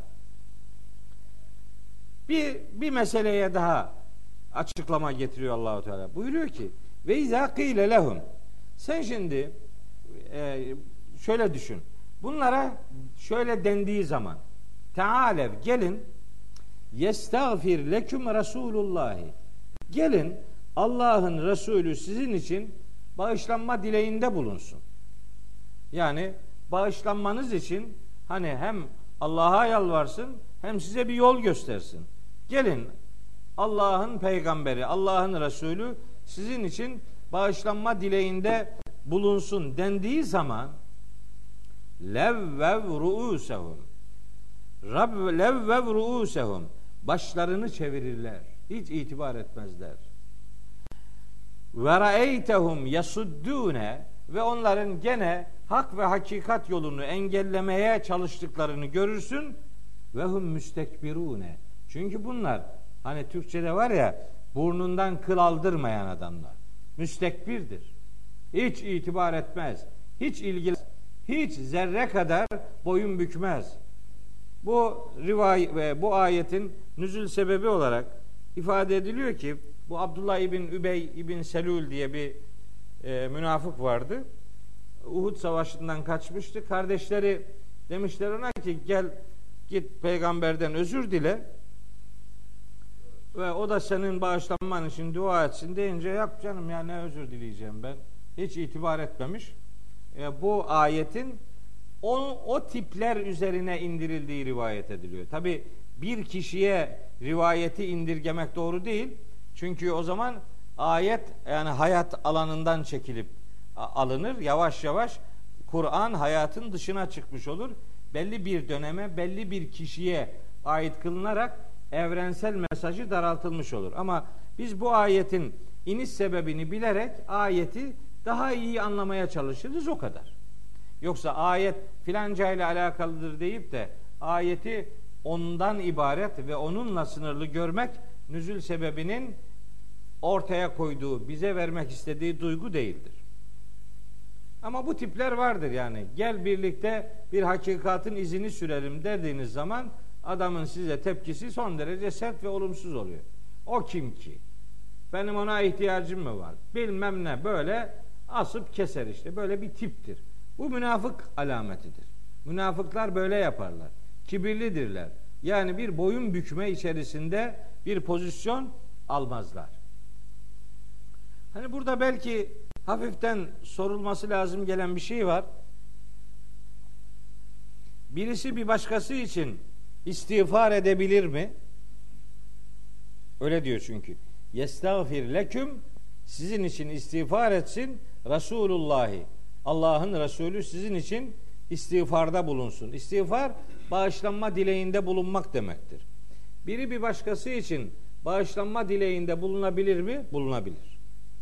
Speaker 1: bir bir meseleye daha açıklama getiriyor Allahu Teala. Buyuruyor ki ve izâ kîle lehum. Sen şimdi e, şöyle düşün. Bunlara şöyle dendiği zaman Tealev gelin yestağfir leküm Resulullahi. Gelin Allah'ın Resulü sizin için bağışlanma dileğinde bulunsun. Yani bağışlanmanız için hani hem Allah'a yalvarsın hem size bir yol göstersin. Gelin Allah'ın peygamberi, Allah'ın Resulü sizin için bağışlanma dileğinde bulunsun dendiği zaman levvev ru'usehum Rabb levvev ru'usehum başlarını çevirirler. Hiç itibar etmezler. Ve ra'eytehum yasuddune ve onların gene hak ve hakikat yolunu engellemeye çalıştıklarını görürsün. Ve hum müstekbirune. Çünkü bunlar hani Türkçe'de var ya burnundan kıl aldırmayan adamlar. Müstekbirdir. Hiç itibar etmez. Hiç ilgili, hiç zerre kadar boyun bükmez. Bu rivayet ve bu ayetin nüzul sebebi olarak ifade ediliyor ki bu Abdullah İbn Übey İbn Selül diye bir e, münafık vardı. Uhud Savaşı'ndan kaçmıştı. Kardeşleri demişler ona ki gel git peygamberden özür dile ve o da senin bağışlanman için dua etsin deyince yok canım ya ne özür dileyeceğim ben. Hiç itibar etmemiş. E, bu ayetin o, o tipler üzerine indirildiği rivayet ediliyor. Tabi bir kişiye rivayeti indirgemek doğru değil. Çünkü o zaman ayet yani hayat alanından çekilip alınır. Yavaş yavaş Kur'an hayatın dışına çıkmış olur. Belli bir döneme, belli bir kişiye ait kılınarak evrensel mesajı daraltılmış olur. Ama biz bu ayetin iniş sebebini bilerek ayeti daha iyi anlamaya çalışırız o kadar. Yoksa ayet filanca ile alakalıdır deyip de ayeti ondan ibaret ve onunla sınırlı görmek nüzul sebebinin ortaya koyduğu, bize vermek istediği duygu değildir. Ama bu tipler vardır yani. Gel birlikte bir hakikatin izini sürelim dediğiniz zaman adamın size tepkisi son derece sert ve olumsuz oluyor. O kim ki? Benim ona ihtiyacım mı var? Bilmem ne böyle asıp keser işte. Böyle bir tiptir. Bu münafık alametidir. Münafıklar böyle yaparlar. Kibirlidirler. Yani bir boyun bükme içerisinde bir pozisyon almazlar. Hani burada belki hafiften sorulması lazım gelen bir şey var. Birisi bir başkası için istiğfar edebilir mi? Öyle diyor çünkü. Yestağfir leküm sizin için istiğfar etsin Resulullahi. Allah'ın Resulü sizin için istiğfarda bulunsun. İstiğfar bağışlanma dileğinde bulunmak demektir. Biri bir başkası için bağışlanma dileğinde bulunabilir mi? Bulunabilir.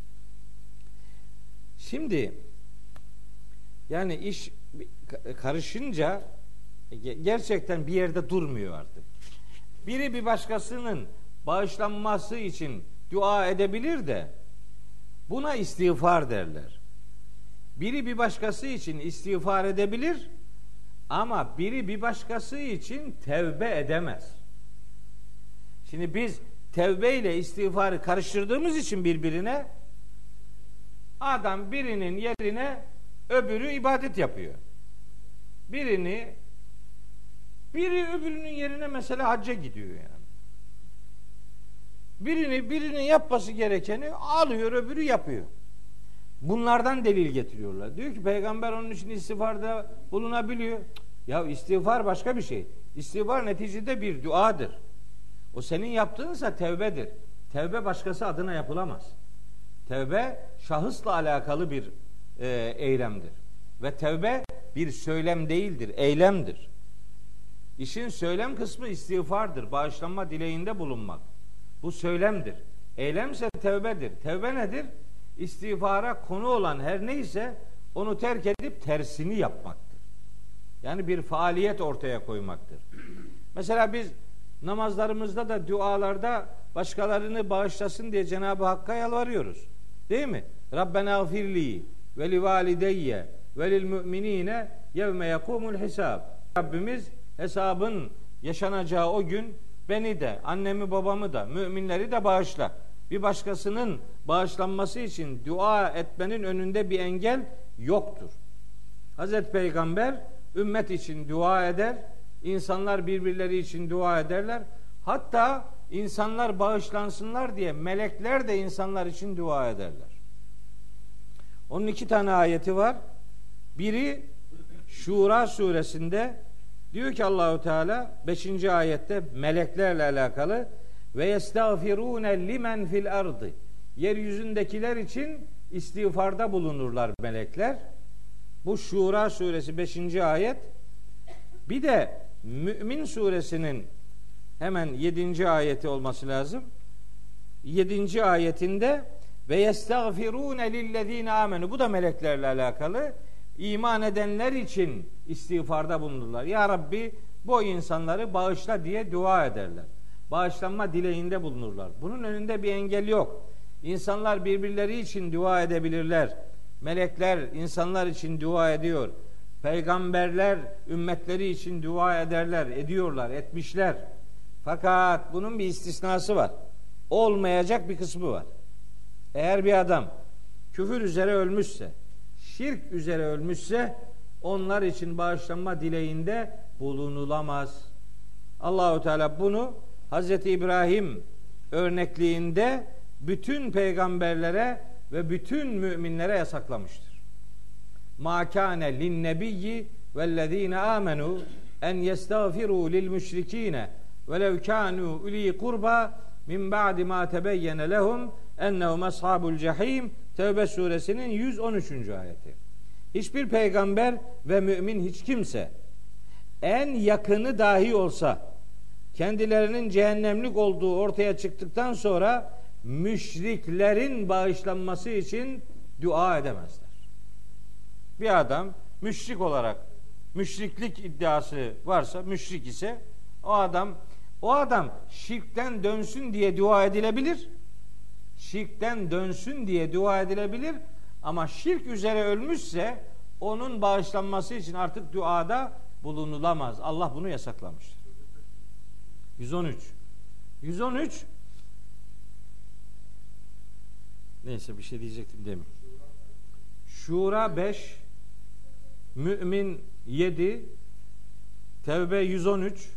Speaker 1: Şimdi yani iş karışınca gerçekten bir yerde durmuyor artık. Biri bir başkasının bağışlanması için dua edebilir de buna istiğfar derler. Biri bir başkası için istiğfar edebilir ama biri bir başkası için tevbe edemez. Şimdi biz tevbe ile istiğfarı karıştırdığımız için birbirine adam birinin yerine öbürü ibadet yapıyor. Birini biri öbürünün yerine mesela hacca gidiyor yani. Birini birinin yapması gerekeni alıyor öbürü yapıyor. Bunlardan delil getiriyorlar. Diyor ki peygamber onun için istiğfarda bulunabiliyor. Ya istiğfar başka bir şey. İstiğfar neticede bir duadır. O senin yaptığınsa tevbedir. Tevbe başkası adına yapılamaz. Tevbe şahısla alakalı bir e, eylemdir. Ve tevbe bir söylem değildir, eylemdir. İşin söylem kısmı istiğfardır. Bağışlanma dileğinde bulunmak. Bu söylemdir. Eylemse tevbedir. Tevbe nedir? İstiğfara konu olan her neyse onu terk edip tersini yapmaktır. Yani bir faaliyet ortaya koymaktır. Mesela biz namazlarımızda da dualarda başkalarını bağışlasın diye Cenab-ı Hakk'a yalvarıyoruz. Değil mi? Rabbena gfirli ve li valideyye ve lil müminine yevme yekumul hisab. Rabbimiz hesabın yaşanacağı o gün beni de, annemi babamı da, müminleri de bağışla. Bir başkasının bağışlanması için dua etmenin önünde bir engel yoktur. Hazreti Peygamber ümmet için dua eder. İnsanlar birbirleri için dua ederler. Hatta insanlar bağışlansınlar diye melekler de insanlar için dua ederler. Onun iki tane ayeti var. Biri Şura suresinde diyor ki Allahu Teala beşinci ayette meleklerle alakalı ve yestağfirune limen fil ardı. Yeryüzündekiler için istiğfarda bulunurlar melekler. Bu Şura suresi beşinci ayet. Bir de Mü'min suresinin hemen yedinci ayeti olması lazım. yedinci ayetinde ve yestağfirune lillezine amenu. Bu da meleklerle alakalı. İman edenler için istiğfarda bulunurlar. Ya Rabbi bu insanları bağışla diye dua ederler. Bağışlanma dileğinde bulunurlar. Bunun önünde bir engel yok. İnsanlar birbirleri için dua edebilirler. Melekler insanlar için dua ediyor. Peygamberler ümmetleri için dua ederler, ediyorlar, etmişler. Fakat bunun bir istisnası var. Olmayacak bir kısmı var. Eğer bir adam küfür üzere ölmüşse, şirk üzere ölmüşse onlar için bağışlanma dileğinde bulunulamaz. Allahu Teala bunu Hazreti İbrahim örnekliğinde bütün peygamberlere ve bütün müminlere yasaklamıştır. Ma kâne linnebiyyi vellezîne âmenû en yestağfirû lil müşrikîne velev kânû ulî kurba min ba'di ma tebeyyene lehum ennehum ashabul cehîm. Tevbe suresinin yüz on üçüncü ayeti. Hiçbir peygamber ve mümin hiç kimse en yakını dahi olsa kendilerinin cehennemlik olduğu ortaya çıktıktan sonra müşriklerin bağışlanması için dua edemezler. Bir adam müşrik olarak müşriklik iddiası varsa, müşrik ise o adam o adam şirkten dönsün diye dua edilebilir. Şirkten dönsün diye dua edilebilir ama şirk üzere ölmüşse onun bağışlanması için artık duada bulunulamaz. Allah bunu yasaklamıştır. yüz on üç. yüz on üç Neyse bir şey diyecektim demin. Şura beş, Mü'min yedi, Tevbe yüz on üç.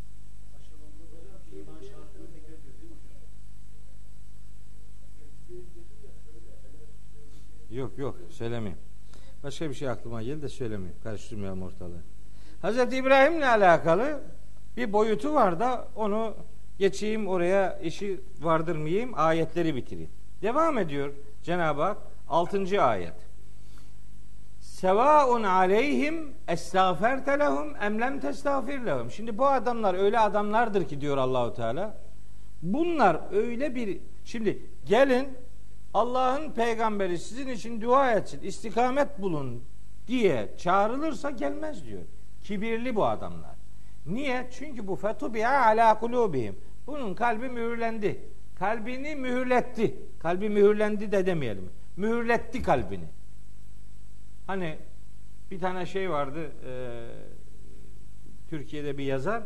Speaker 1: Yok yok söylemeyeyim. Başka bir şey aklıma geldi de söylemeyeyim. Karıştırmayalım ortalığı. Hazreti İbrahim'le alakalı bir boyutu var da onu geçeyim oraya, işi vardırmayayım, ayetleri bitireyim. Devam ediyor Cenab-ı Hak altıncı ayet. Sevaun aleyhim estağferte lehum em lem testağfir lehum. Şimdi bu adamlar öyle adamlardır ki diyor Allahu Teala. Bunlar öyle bir, şimdi gelin Allah'ın peygamberi sizin için dua etsin, istikamet bulun diye çağrılırsa gelmez diyor. Kibirli bu adamlar. Niye? Çünkü bu fetubi'a ala kulubihim. Bunun kalbi mühürlendi. Kalbini mühürletti. Kalbi mühürlendi de demeyelim. Mühürletti kalbini. Hani bir tane şey vardı, e, Türkiye'de bir yazar,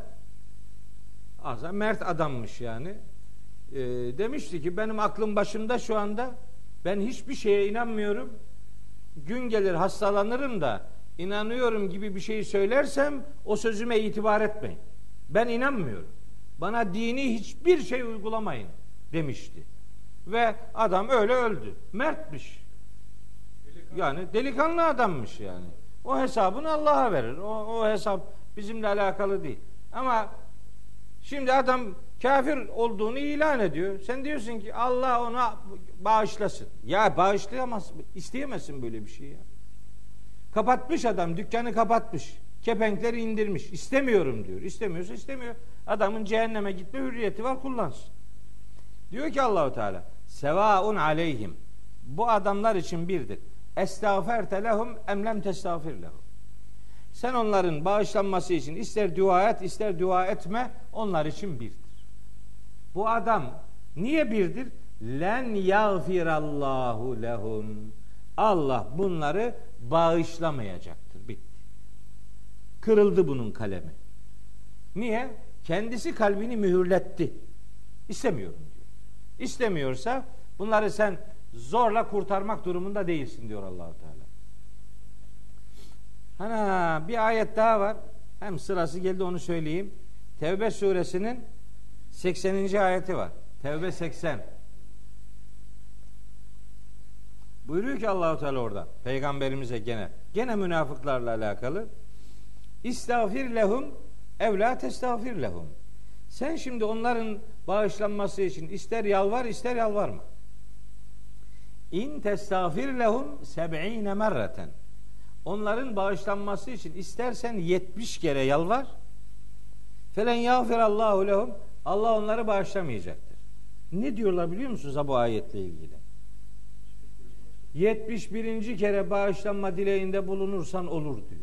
Speaker 1: azam mert adammış yani. E, demişti ki benim aklım başımda şu anda, ben hiçbir şeye inanmıyorum. Gün gelir hastalanırım da inanıyorum gibi bir şey söylersem o sözüme itibar etmeyin. Ben inanmıyorum. Bana dini hiçbir şey uygulamayın demişti. Ve adam öyle öldü. Mertmiş. Delikanlı. Yani delikanlı adammış yani. O hesabını Allah'a verir. O, o hesap bizimle alakalı değil. Ama şimdi adam kafir olduğunu ilan ediyor. Sen diyorsun ki Allah ona bağışlasın. Ya bağışlayamaz, isteyemezsin böyle bir şey ya. Kapatmış adam, dükkanı kapatmış. Kepenkleri indirmiş. İstemiyorum diyor. İstemiyorsa istemiyor. Adamın cehenneme gitme hürriyeti var, kullansın. Diyor ki Allahu Teala, sevaun aleyhim. Bu adamlar için birdir. Estağferte lehum em lem testağfir lehum. Sen onların bağışlanması için ister dua et, ister dua etme, onlar için birdir. Bu adam niye birdir? Len yağfirallahu lehum. Allah bunları bağışlamayacaktır. Bitti. Kırıldı bunun kalemi. Niye? Kendisi kalbini mühürletti. İstemiyorum diyor. İstemiyorsa bunları sen zorla kurtarmak durumunda değilsin diyor Allah-u Teala. Ana bir ayet daha var. Hem sırası geldi onu söyleyeyim. Tevbe suresinin sekseninci ayeti var. Tevbe seksen. Buyuruyor ki Allahu Teala orada peygamberimize gene gene münafıklarla alakalı. İstağfir lehum ev la testağfir lehum. Sen şimdi onların bağışlanması için ister yalvar ister yalvarma. İn testağfir lehum seb'ine merreten. Onların bağışlanması için istersen yetmiş kere yalvar. Felen yağfirallahu lehum. Allah onları bağışlamayacaktır. Ne diyorlar biliyor musunuz bu ayetle ilgili? yetmiş birinci kere bağışlanma dileğinde bulunursan olur diyor.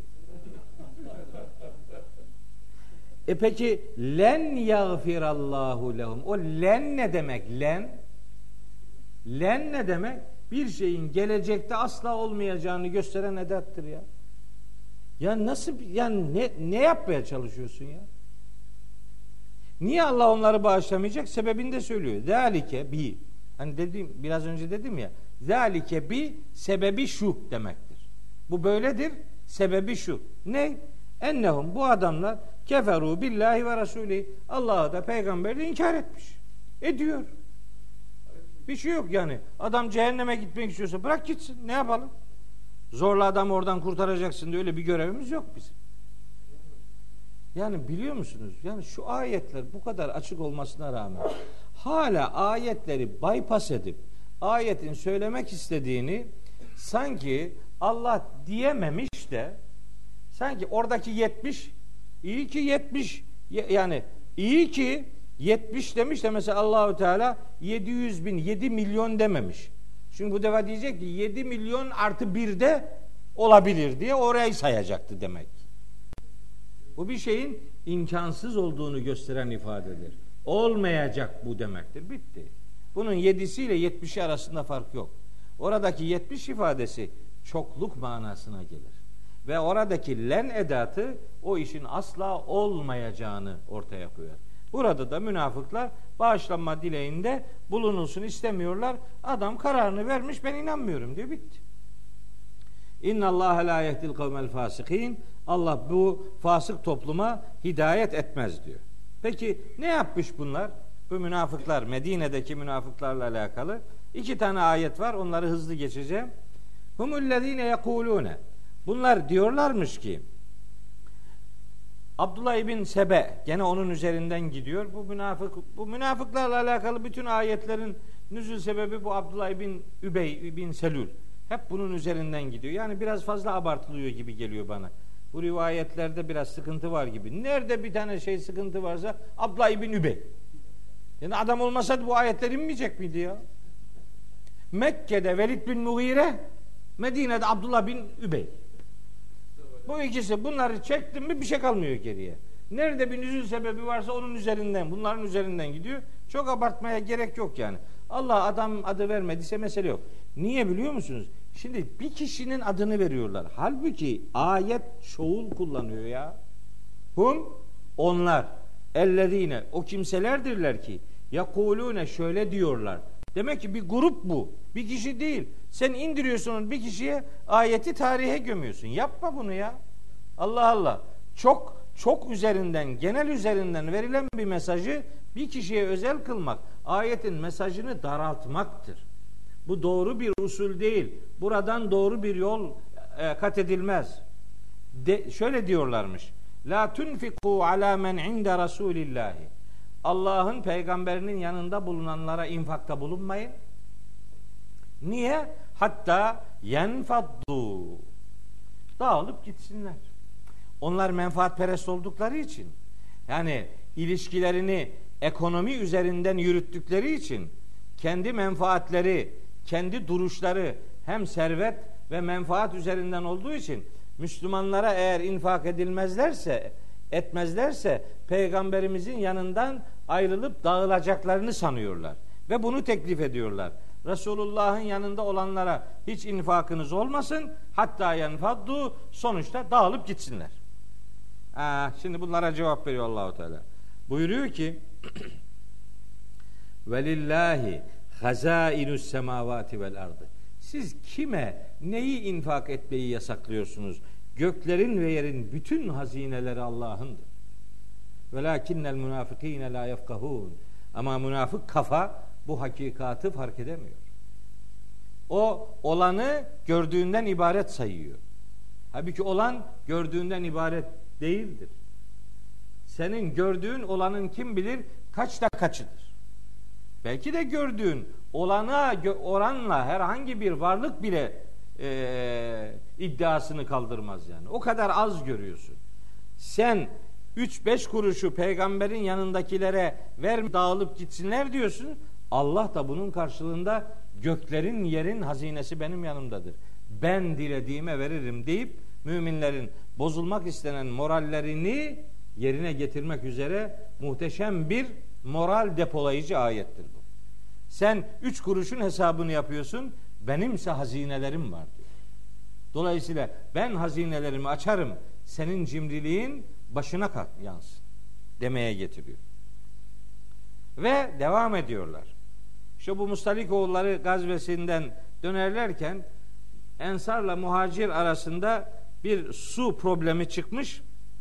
Speaker 1: E peki len yağfirallahu lehum. O len ne demek? Len len ne demek? Bir şeyin gelecekte asla olmayacağını gösteren edattır ya. Ya nasıl yani ne ne yapmaya çalışıyorsun ya? Niye Allah onları bağışlamayacak? Sebebini de söylüyor. Zalike bi. Hani dedim biraz önce dedim ya. Zalike bi sebebi şu demektir. Bu böyledir. Sebebi şu. Ne? Ennehum bu adamlar keferu billahi ve rasuli. Allah'ı da peygamberi de inkar etmiş. Ediyor. Bir şey yok yani. Adam cehenneme gitmek istiyorsa bırak gitsin. Ne yapalım? Zorla adamı oradan kurtaracaksın diye öyle bir görevimiz yok bizim. Yani biliyor musunuz? Yani şu ayetler bu kadar açık olmasına rağmen hala ayetleri bypass edip ayetin söylemek istediğini sanki Allah diyememiş de sanki oradaki yetmiş iyi ki yetmiş yani iyi ki yetmiş demiş de mesela Allahu Teala yedi yüz bin yedi milyon dememiş. Şimdi bu defa diyecek ki yedi milyon artı bir de olabilir diye orayı sayacaktı demek. Bu bir şeyin imkansız olduğunu gösteren ifadedir. Olmayacak bu demektir. Bitti. Bunun yedisiyle yetmişi arasında fark yok. Oradaki yetmiş ifadesi çokluk manasına gelir. Ve oradaki len edatı o işin asla olmayacağını ortaya koyar. Burada da münafıklar bağışlanma dileğinde bulunulsun istemiyorlar. Adam kararını vermiş ben inanmıyorum diyor bitti. İnnallâhe lâ yehdil kavmel fâsikîn. Allah bu fasık topluma hidayet etmez diyor. Peki ne yapmış bunlar? Bu münafıklar, Medine'deki münafıklarla alakalı iki tane ayet var. Onları hızlı geçeceğim. Humullezîne yekûlûne. Bunlar diyorlarmış ki Abdullah ibn Sebe gene onun üzerinden gidiyor. Bu münafık bu münafıklarla alakalı bütün ayetlerin nüzul sebebi bu Abdullah ibn Übey ibn Selül. Hep bunun üzerinden gidiyor. Yani biraz fazla abartılıyor gibi geliyor bana. Bu rivayetlerde biraz sıkıntı var gibi. Nerede bir tane şey sıkıntı varsa Abdullah ibn Übey. Yani adam olmasaydı bu ayetler inmeyecek miydi ya? Mekke'de Velid bin Mughire, Medine'de Abdullah bin Übey. Bu ikisi bunları çektim mi bir şey kalmıyor geriye. Nerede bir nüzul sebebi varsa onun üzerinden, bunların üzerinden gidiyor. Çok abartmaya gerek yok yani. Allah adam adı vermediyse mesele yok. Niye biliyor musunuz? Şimdi bir kişinin adını veriyorlar. Halbuki ayet çoğul kullanıyor ya. Hum onlar. Ellezine o kimselerdirler ki yekulune şöyle diyorlar. Demek ki bir grup bu. Bir kişi değil. Sen indiriyorsun bir kişiye ayeti tarihe gömüyorsun. Yapma bunu ya. Allah Allah. Çok çok üzerinden, genel üzerinden verilen bir mesajı bir kişiye özel kılmak, ayetin mesajını daraltmaktır. Bu doğru bir usul değil. Buradan doğru bir yol e, kat edilmez. De, şöyle diyorlarmış. La tunfiku ala men inde Rasulillahi. Allah'ın peygamberinin yanında bulunanlara infakta bulunmayın. Niye? Hatta yenfaddu. Dağılıp gitsinler. Onlar menfaatperest oldukları için, yani ilişkilerini ekonomi üzerinden yürüttükleri için kendi menfaatleri, kendi duruşları hem servet ve menfaat üzerinden olduğu için Müslümanlara eğer infak edilmezlerse, etmezlerse peygamberimizin yanından ayrılıp dağılacaklarını sanıyorlar ve bunu teklif ediyorlar. Resulullah'ın yanında olanlara hiç infakınız olmasın, hatta yenfaddu, sonuçta dağılıp gitsinler. Aa, şimdi bunlara cevap veriyor Allahu Teala. Buyuruyor ki: "Velillahi hazainus semavati vel ardı." Siz kime neyi infak etmeyi yasaklıyorsunuz? Göklerin ve yerin bütün hazineleri Allah'ındır. Velakinnel münafıkîne la yefkahûn. Ama münafık kafa bu hakikatı fark edemiyor. O olanı gördüğünden ibaret sayıyor. Halbuki olan gördüğünden ibaret değildir. Senin gördüğün olanın kim bilir kaçta kaçıdır. Belki de gördüğün olana oranla herhangi bir varlık bile e, iddiasını kaldırmaz yani. O kadar az görüyorsun. Sen üç beş kuruşu peygamberin yanındakilere ver, dağılıp gitsinler diyorsun. Allah da bunun karşılığında göklerin yerin hazinesi benim yanımdadır. Ben dilediğime veririm deyip müminlerin bozulmak istenen morallerini yerine getirmek üzere muhteşem bir moral depolayıcı ayettir bu. Sen üç kuruşun hesabını yapıyorsun, benimse hazinelerim var diyor. Dolayısıyla ben hazinelerimi açarım, senin cimriliğin başına kalk, yansın demeye getiriyor. Ve devam ediyorlar. İşte bu Mustalikoğulları gazvesinden dönerlerken Ensar'la Muhacir arasında bir su problemi çıkmış.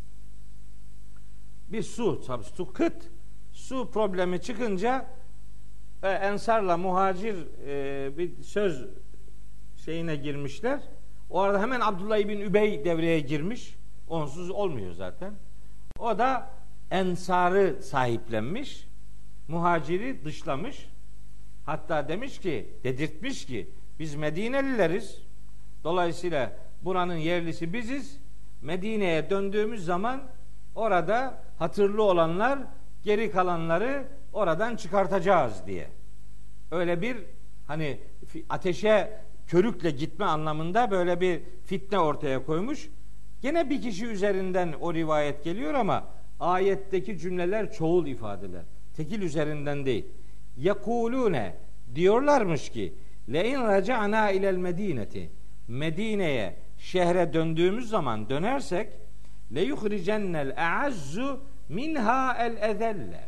Speaker 1: Bir su, tabii su kıt. Su problemi çıkınca e, Ensar'la Muhacir e, bir söz şeyine girmişler. O arada hemen Abdullah bin Übey devreye girmiş. Onsuz olmuyor zaten. O da Ensar'ı sahiplenmiş. Muhaciri dışlamış. Hatta demiş ki, dedirtmiş ki biz Medinelileriz. Dolayısıyla buranın yerlisi biziz. Medine'ye döndüğümüz zaman orada hatırlı olanlar geri kalanları oradan çıkartacağız diye. Öyle bir hani ateşe körükle gitme anlamında böyle bir fitne ortaya koymuş. Gene bir kişi üzerinden o rivayet geliyor ama ayetteki cümleler çoğul ifadeler. Tekil üzerinden değil. Yekulune diyorlarmış ki le in raca'na ilel medineti, Medine'ye, şehre döndüğümüz zaman dönersek le yuhricennel a'azzu minha el ezelle,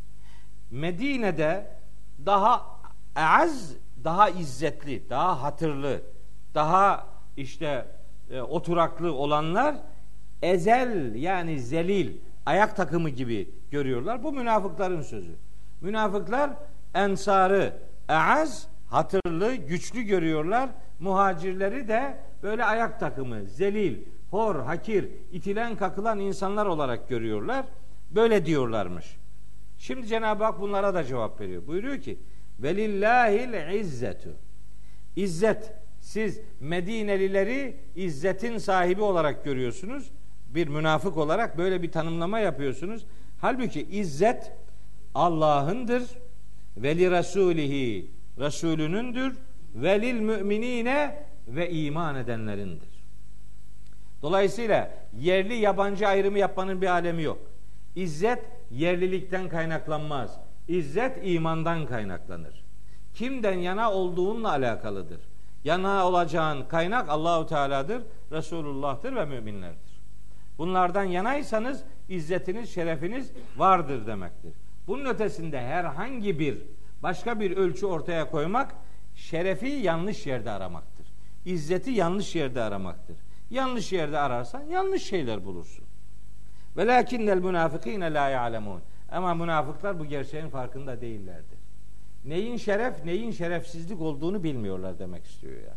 Speaker 1: Medine'de daha az, daha izzetli, daha hatırlı, daha işte e, oturaklı olanlar ezel yani zelil, ayak takımı gibi görüyorlar. Bu münafıkların sözü. Münafıklar Ensar'ı eaz, hatırlı, güçlü görüyorlar. Muhacirleri de böyle ayak takımı, zelil, hor, hakir, itilen kakılan insanlar olarak görüyorlar. Böyle diyorlarmış. Şimdi Cenab-ı Hak bunlara da cevap veriyor. Buyuruyor ki velillahil izzetu. İzzet, siz Medinelileri izzetin sahibi olarak görüyorsunuz. Bir münafık olarak böyle bir tanımlama yapıyorsunuz. Halbuki izzet Allah'ındır. Veli rasulihi, Resulünündür. Velil müminine ve iman edenlerindir. Dolayısıyla yerli yabancı ayrımı yapmanın bir alemi yok. İzzet yerlilikten kaynaklanmaz. İzzet imandan kaynaklanır. Kimden yana olduğunla alakalıdır. Yana olacağın kaynak Allahu Teala'dır, Resulullah'tır ve müminlerdir. Bunlardan yanaysanız izzetiniz, şerefiniz vardır demektir. Bunun ötesinde herhangi bir başka bir ölçü ortaya koymak şerefi yanlış yerde aramaktır. İzzeti yanlış yerde aramaktır. Yanlış yerde ararsan yanlış şeyler bulursun. Velakinnel münafıkîne la ya'lemûn. Ama münafıklar bu gerçeğin farkında değillerdir. Neyin şeref, neyin şerefsizlik olduğunu bilmiyorlar demek istiyor ya.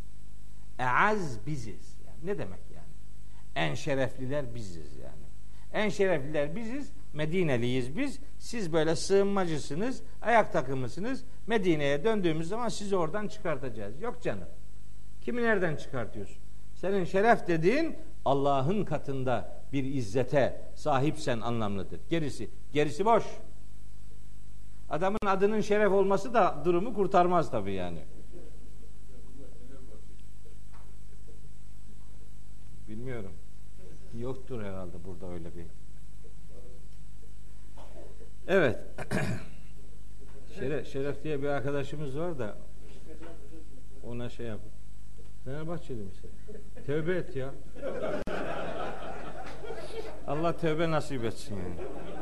Speaker 1: Eaz biziz. Yani ne demek yani? En şerefliler biziz yani. En şerefliler biziz. Medineliyiz biz. Siz böyle sığınmacısınız, ayak takımısınız. Medine'ye döndüğümüz zaman sizi oradan çıkartacağız. Yok canım. Kimi nereden çıkartıyorsun? Senin şeref dediğin Allah'ın katında bir izzete sahipsen anlamlıdır. Gerisi, gerisi boş. Adamın adının şeref olması da durumu kurtarmaz tabii yani. Bilmiyorum. Yoktur herhalde burada öyle bir. Evet. Şeref, Şeref diye bir arkadaşımız var da ona şey yap. Fenerbahçeli misin? Tövbe et ya. Allah tövbe nasip etsin yani.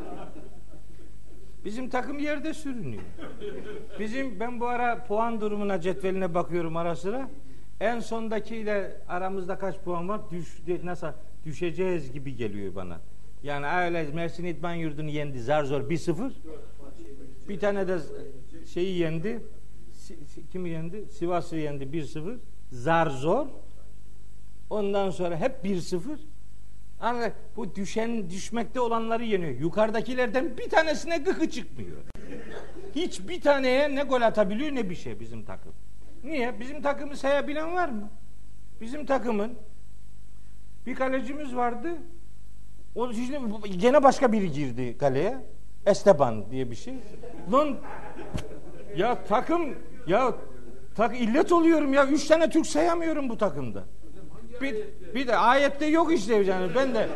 Speaker 1: Bizim takım yerde sürünüyor. Bizim ben bu ara puan durumuna, cetveline bakıyorum ara sıra. En sondakiyle aramızda kaç puan var? Düş, nasıl düşeceğiz gibi geliyor bana. Yani öyle Mersin İdman Yurdu'nu yendi zar zor bir sıfır. Bir tane de şeyi yendi. Kimi yendi? Sivas'ı yendi bir sıfır. Zar zor. Ondan sonra hep bir sıfır. Yani bu düşen düşmekte olanları yeniyor. Yukarıdakilerden bir tanesine gıkı çıkmıyor. Hiç bir taneye ne gol atabiliyor ne bir şey bizim takım. Niye? Bizim takımı sayabilen var mı? Bizim takımın bir kalecimiz vardı. O şimdi gene başka biri girdi kaleye. Esteban diye bir şey. Lan ya takım ya tak illet oluyorum ya. Üç tane Türk sayamıyorum bu takımda. Bir, bir de ayette yok işte yani. Ben de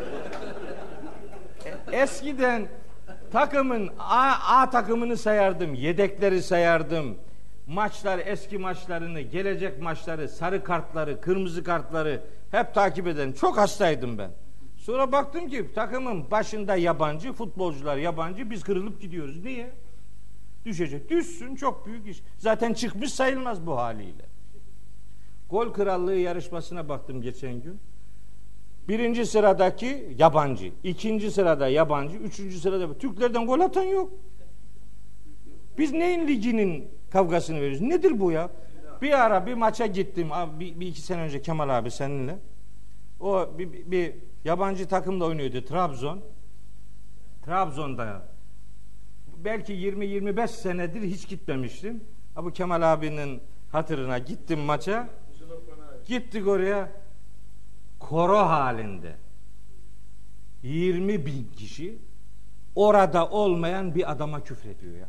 Speaker 1: eskiden takımın A, A takımını sayardım. Yedekleri sayardım. Maçlar, eski maçlarını, gelecek maçları, sarı kartları, kırmızı kartları hep takip eden. Çok hastaydım ben. Sonra baktım ki takımın başında yabancı, futbolcular yabancı, biz kırılıp gidiyoruz. Niye? Düşecek. Düşsün, çok büyük iş. Zaten çıkmış sayılmaz bu haliyle. Gol krallığı yarışmasına baktım geçen gün. Birinci sıradaki yabancı, ikinci sırada yabancı, üçüncü sırada Türklerden gol atan yok. Biz neyin liginin kavgasını veriyoruz? Nedir bu ya? Bir ara bir maça gittim. Bir, bir iki sene önce Kemal abi seninle. O bir, bir, bir yabancı takımla oynuyordu. Trabzon. Trabzon'da belki yirmi yirmi beş senedir hiç gitmemiştim. Bu Kemal abinin hatırına gittim maça. Gittik oraya. Koro halinde. yirmi bin kişi orada olmayan bir adama küfrediyor ya.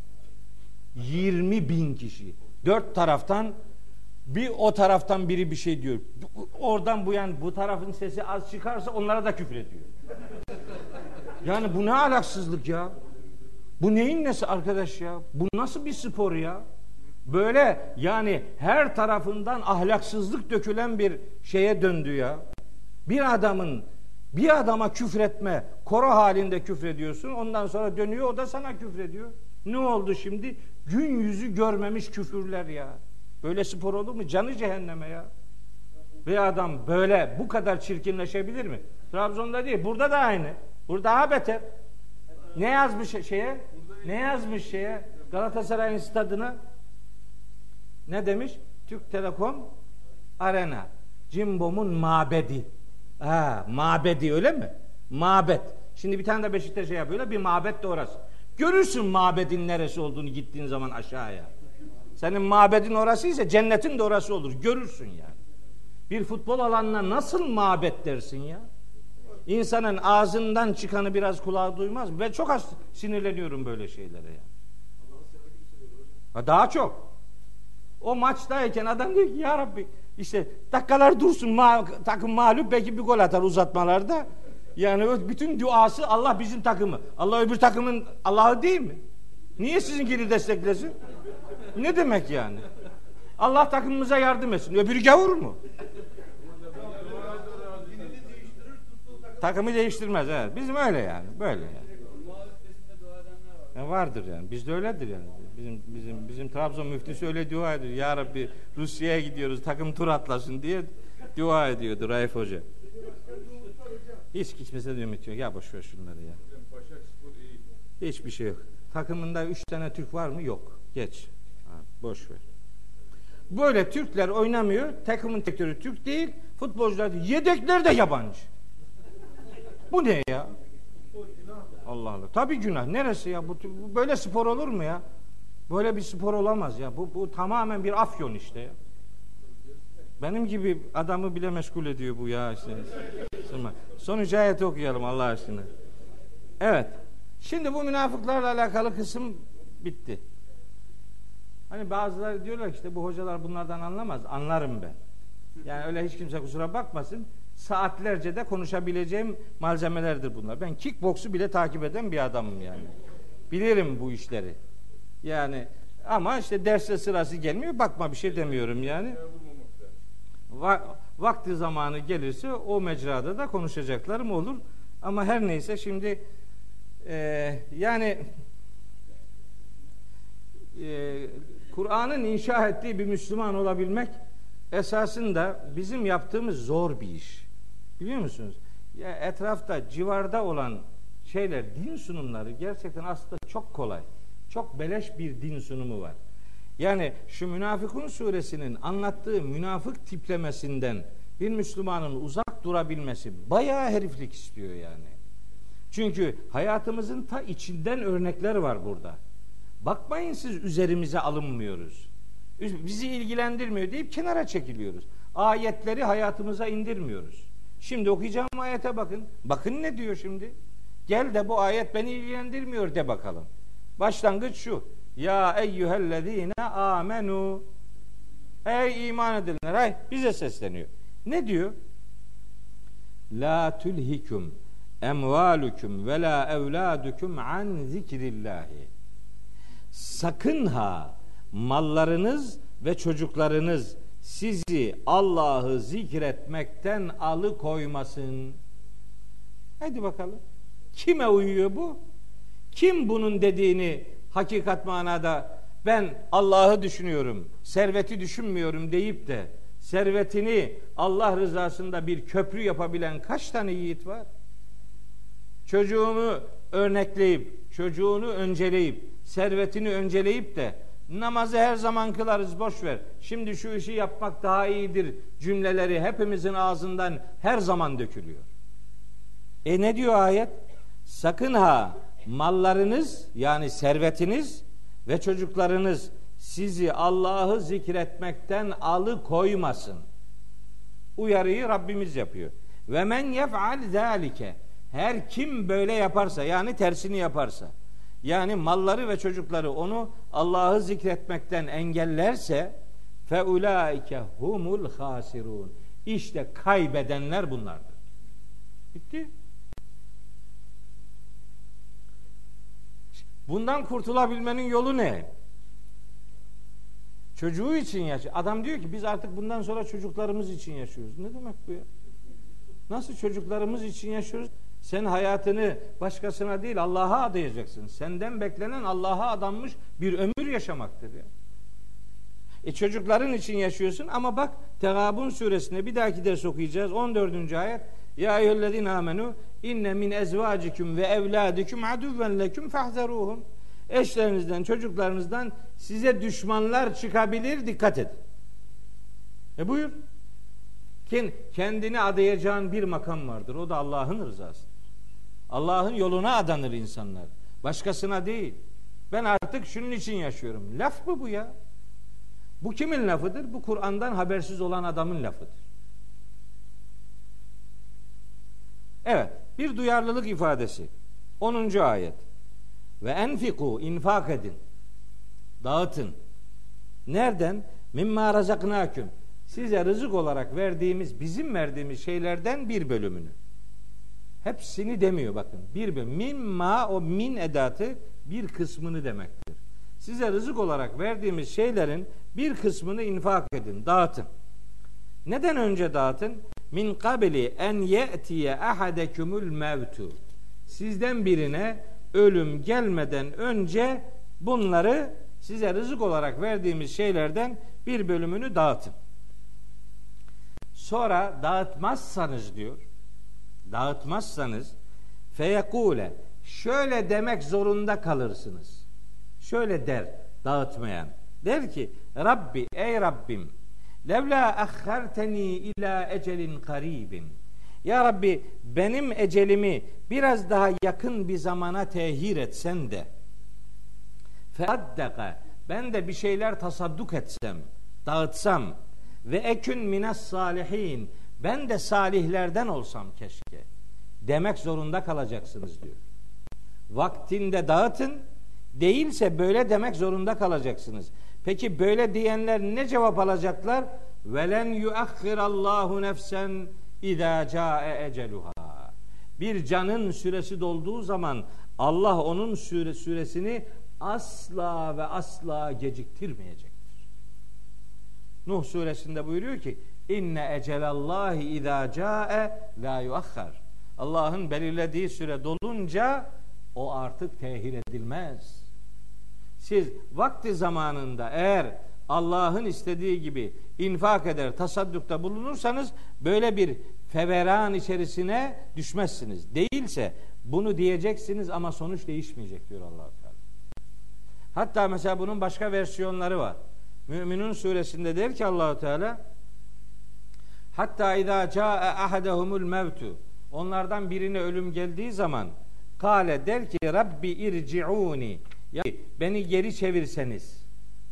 Speaker 1: yirmi bin kişi. Dört taraftan bir o taraftan biri bir şey diyor. Oradan bu yan bu tarafın sesi az çıkarsa onlara da küfrediyor. Yani bu ne ahlaksızlık ya? Bu neyin nesi arkadaş ya? Bu nasıl bir spor ya? Böyle yani her tarafından ahlaksızlık dökülen bir şeye döndü ya. Bir adamın bir adama küfretme, koro halinde küfrediyorsun. Ondan sonra dönüyor o da sana küfrediyor. Ne oldu şimdi? Gün yüzü görmemiş küfürler ya. Böyle spor olur mu? Canı cehenneme ya. Ve adam böyle bu kadar çirkinleşebilir mi? Trabzon'da değil, burada da aynı. Burada daha beter. Ne yazmış şeye? Ne yazmış şeye? Galatasaray'ın stadına ne demiş? Türk Telekom Arena. Cimbom'un mabedi. Ha, mabedi öyle mi? Mabet. Şimdi bir tane de Beşiktaş'a yapıyorlar. Bir mabet de orası. Görürsün mabedin neresi olduğunu gittiğin zaman aşağıya. Senin mabedin orası ise cennetin de orası olur. Görürsün yani. Bir futbol alanına nasıl mabet dersin ya? İnsanın ağzından çıkanı biraz kulağı duymaz. Ve çok az sinirleniyorum böyle şeylere ya. Ha, daha çok. O maçtayken adam diyor ki ya Rabbi işte dakikalar dursun ma- takım mağlup belki bir gol atar uzatmalarda. Yani bütün duası Allah bizim takımı. Allah öbür takımın Allah'ı değil mi? Niye sizinkini desteklesin? Ne demek yani? Allah takımımıza yardım etsin. Öbürü gavur mu? Takımı değiştirmez. Evet. Bizim öyle yani. Böyle yani. yani. Vardır yani. Bizde öyledir yani. Bizim bizim bizim Trabzon müftüsü öyle dua ediyor. Ya Rabbi Rusya'ya gidiyoruz. Takım tur atlasın diye dua ediyordu Raif Hoca. Hiç kimse de ümit yok. Ya boş ver şunları ya. Hiçbir şey yok. Takımında üç tane Türk var mı? Yok. Geç. Ha, boş ver. Böyle Türkler oynamıyor. Takımın tekleri Türk değil. Futbolcular değil. Yedekler de yabancı. Bu ne ya? Allah Allah. Tabii günah. Neresi ya? Bu, bu böyle spor olur mu ya? Böyle bir spor olamaz ya. Bu, bu tamamen bir afyon işte ya. Benim gibi adamı bile meşgul ediyor bu ya işte. Sonuç ayeti okuyalım Allah aşkına. Evet. Şimdi bu münafıklarla alakalı kısım bitti. Hani bazıları diyorlar ki işte bu hocalar bunlardan anlamaz. Anlarım ben. Yani öyle hiç kimse kusura bakmasın. Saatlerce de konuşabileceğim malzemelerdir bunlar. Ben kickboksu bile takip eden bir adamım yani. Bilirim bu işleri. Yani ama işte derste sırası gelmiyor. Bakma bir şey demiyorum yani. Va- vakti zamanı gelirse o mecrada da konuşacaklarım olur. Ama her neyse şimdi e, yani e, Kur'an'ın inşa ettiği bir Müslüman olabilmek esasında bizim yaptığımız zor bir iş. Biliyor musunuz? Ya etrafta, civarda olan şeyler, din sunumları gerçekten aslında çok kolay. Çok beleş bir din sunumu var. Yani şu Münafıkun suresinin anlattığı münafık tiplemesinden bir Müslümanın uzak durabilmesi bayağı heriflik istiyor yani. Çünkü hayatımızın ta içinden örnekler var burada. Bakmayın siz üzerimize alınmıyoruz. Bizi ilgilendirmiyor deyip kenara çekiliyoruz. Ayetleri hayatımıza indirmiyoruz. Şimdi okuyacağım ayete bakın. Bakın ne diyor şimdi? Gel de bu ayet beni ilgilendirmiyor de bakalım. Başlangıç şu. Ya eyyühellezine amenu. Ey iman edenler. Ay bize sesleniyor. Ne diyor? La tulhikum emvalukum ve la evladukum an zikrillahi. Sakın ha mallarınız ve çocuklarınız sizi Allah'ı zikretmekten alıkoymasın. Hadi bakalım. Kime uyuyor bu? Kim bunun dediğini hakikat manada ben Allah'ı düşünüyorum, serveti düşünmüyorum deyip de servetini Allah rızasında bir köprü yapabilen kaç tane yiğit var? Çocuğunu örnekleyip, çocuğunu önceleyip, servetini önceleyip de namazı her zaman kılarız boş ver. Şimdi şu işi yapmak daha iyidir cümleleri hepimizin ağzından her zaman dökülüyor. E ne diyor ayet? Sakın ha mallarınız yani servetiniz ve çocuklarınız sizi Allah'ı zikretmekten alıkoymasın. Uyarıyı Rabbimiz yapıyor. Ve men yef'al zalike. Her kim böyle yaparsa yani tersini yaparsa yani malları ve çocukları onu Allah'ı zikretmekten engellerse fe ulaike humul hasirun. İşte kaybedenler bunlardır. Bitti. Bundan kurtulabilmenin yolu ne? Çocuğu için yaşıyor. Adam diyor ki biz artık bundan sonra çocuklarımız için yaşıyoruz. Ne demek bu ya? Nasıl çocuklarımız için yaşıyoruz? Sen hayatını başkasına değil Allah'a adayacaksın. Senden beklenen Allah'a adanmış bir ömür yaşamaktır ya. E çocukların için yaşıyorsun ama bak Tegabun suresinde bir dahaki ders okuyacağız. on dördüncü ayet. Ya eyyühellezine amenu inne min ezvacikum ve evladikum aduven leküm fahzeruhum. Eşlerinizden, çocuklarınızdan size düşmanlar çıkabilir, dikkat edin. E buyur. Kendine adayacağın bir makam vardır. O da Allah'ın rızasıdır. Allah'ın yoluna adanır insanlar. Başkasına değil. Ben artık şunun için yaşıyorum. Laf mı bu ya? Bu kimin lafıdır? Bu Kur'an'dan habersiz olan adamın lafıdır. Evet, bir duyarlılık ifadesi. onuncu ayet. Ve enfiku, infak edin. Dağıtın. Nereden? Mimma razaknâküm. Size rızık olarak verdiğimiz, bizim verdiğimiz şeylerden bir bölümünü. Hepsini demiyor bakın. Bir bölüm. Mimma, o min edatı bir kısmını demektir. Size rızık olarak verdiğimiz şeylerin bir kısmını infak edin, dağıtın. Neden önce dağıtın? Min kabli en ye'tiye ahadekumul mevtu. Sizden birine ölüm gelmeden önce bunları size rızık olarak verdiğimiz şeylerden bir bölümünü dağıtın. Sonra dağıtmazsanız diyor, dağıtmazsanız feyekule, şöyle demek zorunda kalırsınız. Şöyle der dağıtmayan. Der ki Rabbi, ey Rabbim, levla akharteni ila ecelin karibin. Ya Rabbi, benim ecelimi biraz daha yakın bir zamana tehir etsen de feaddaka, ben de bir şeyler tasadduk etsem, dağıtsam ve ekün mines salihin, ben de salihlerden olsam keşke demek zorunda kalacaksınız diyor. Vaktinde dağıtın, değilse böyle demek zorunda kalacaksınız. Peki böyle diyenler ne cevap alacaklar? Velen yuakhirallahu nefsen İzâ câe eceluhâ. Bir canın süresi dolduğu zaman Allah onun süre, süresini asla ve asla geciktirmeyecektir. Nuh suresinde buyuruyor ki inne ecelallahi izâ câe lâ yuakhar. Allah'ın belirlediği süre dolunca o artık tehir edilmez. Siz vakti zamanında eğer Allah'ın istediği gibi infak eder, tasaddukta bulunursanız böyle bir feveran içerisine düşmezsiniz. Değilse bunu diyeceksiniz ama sonuç değişmeyecek diyor Allah-u Teala. Hatta mesela bunun başka versiyonları var. Müminun suresinde der ki Allah-u Teala, hatta izâ câe ahadehumul mevtu, onlardan birine ölüm geldiği zaman kâle der ki Rabbi irci'ûni, yani beni geri çevirseniz.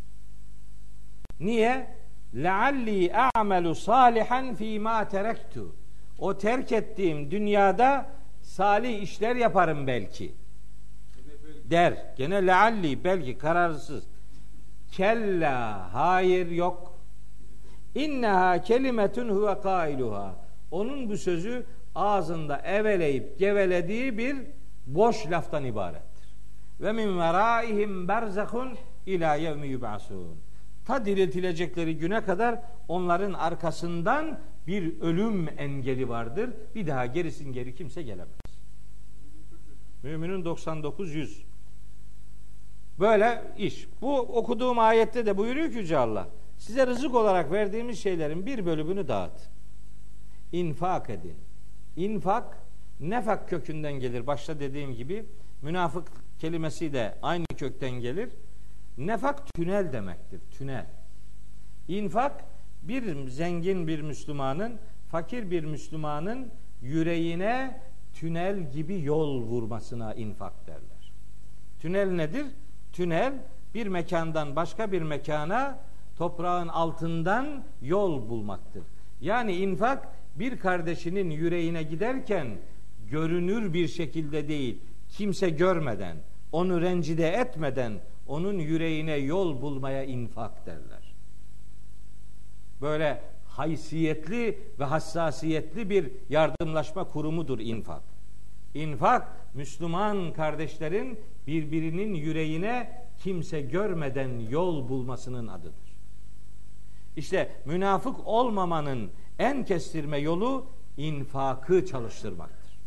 Speaker 1: Niye? Lealli a'melu salihan fîmâ terektu. O terk ettiğim dünyada salih işler yaparım belki. Der. Gene lealli, belki, kararsız. Kella, hayır, yok. İnneha kelimetun huve kailuha. Onun bu sözü ağzında eveleyip gevelediği bir boş laftan ibarettir. Ve min veraihim berzahun ila yevmi yub'asun. Ta diriltilecekleri güne kadar onların arkasından bir ölüm engeli vardır. Bir daha gerisin geri kimse gelemez. Müminun doksan dokuz yüz. Böyle iş. Bu okuduğum ayette de buyuruyor ki Yüce Allah, size rızık olarak verdiğimiz şeylerin bir bölümünü dağıt. İnfak edin. İnfak, nefak kökünden gelir. Başta dediğim gibi münafık kelimesi de aynı kökten gelir. Nefak tünel demektir. Tünel. İnfak, bir zengin bir Müslümanın, fakir bir Müslümanın yüreğine tünel gibi yol vurmasına infak derler. Tünel nedir? Tünel, bir mekandan başka bir mekana toprağın altından yol bulmaktır. Yani infak, bir kardeşinin yüreğine giderken görünür bir şekilde değil, kimse görmeden, onu rencide etmeden onun yüreğine yol bulmaya infak derler. Böyle haysiyetli ve hassasiyetli bir yardımlaşma kurumudur infak. İnfak, Müslüman kardeşlerin birbirinin yüreğine kimse görmeden yol bulmasının adıdır. İşte münafık olmamanın en kestirme yolu infakı çalıştırmaktır.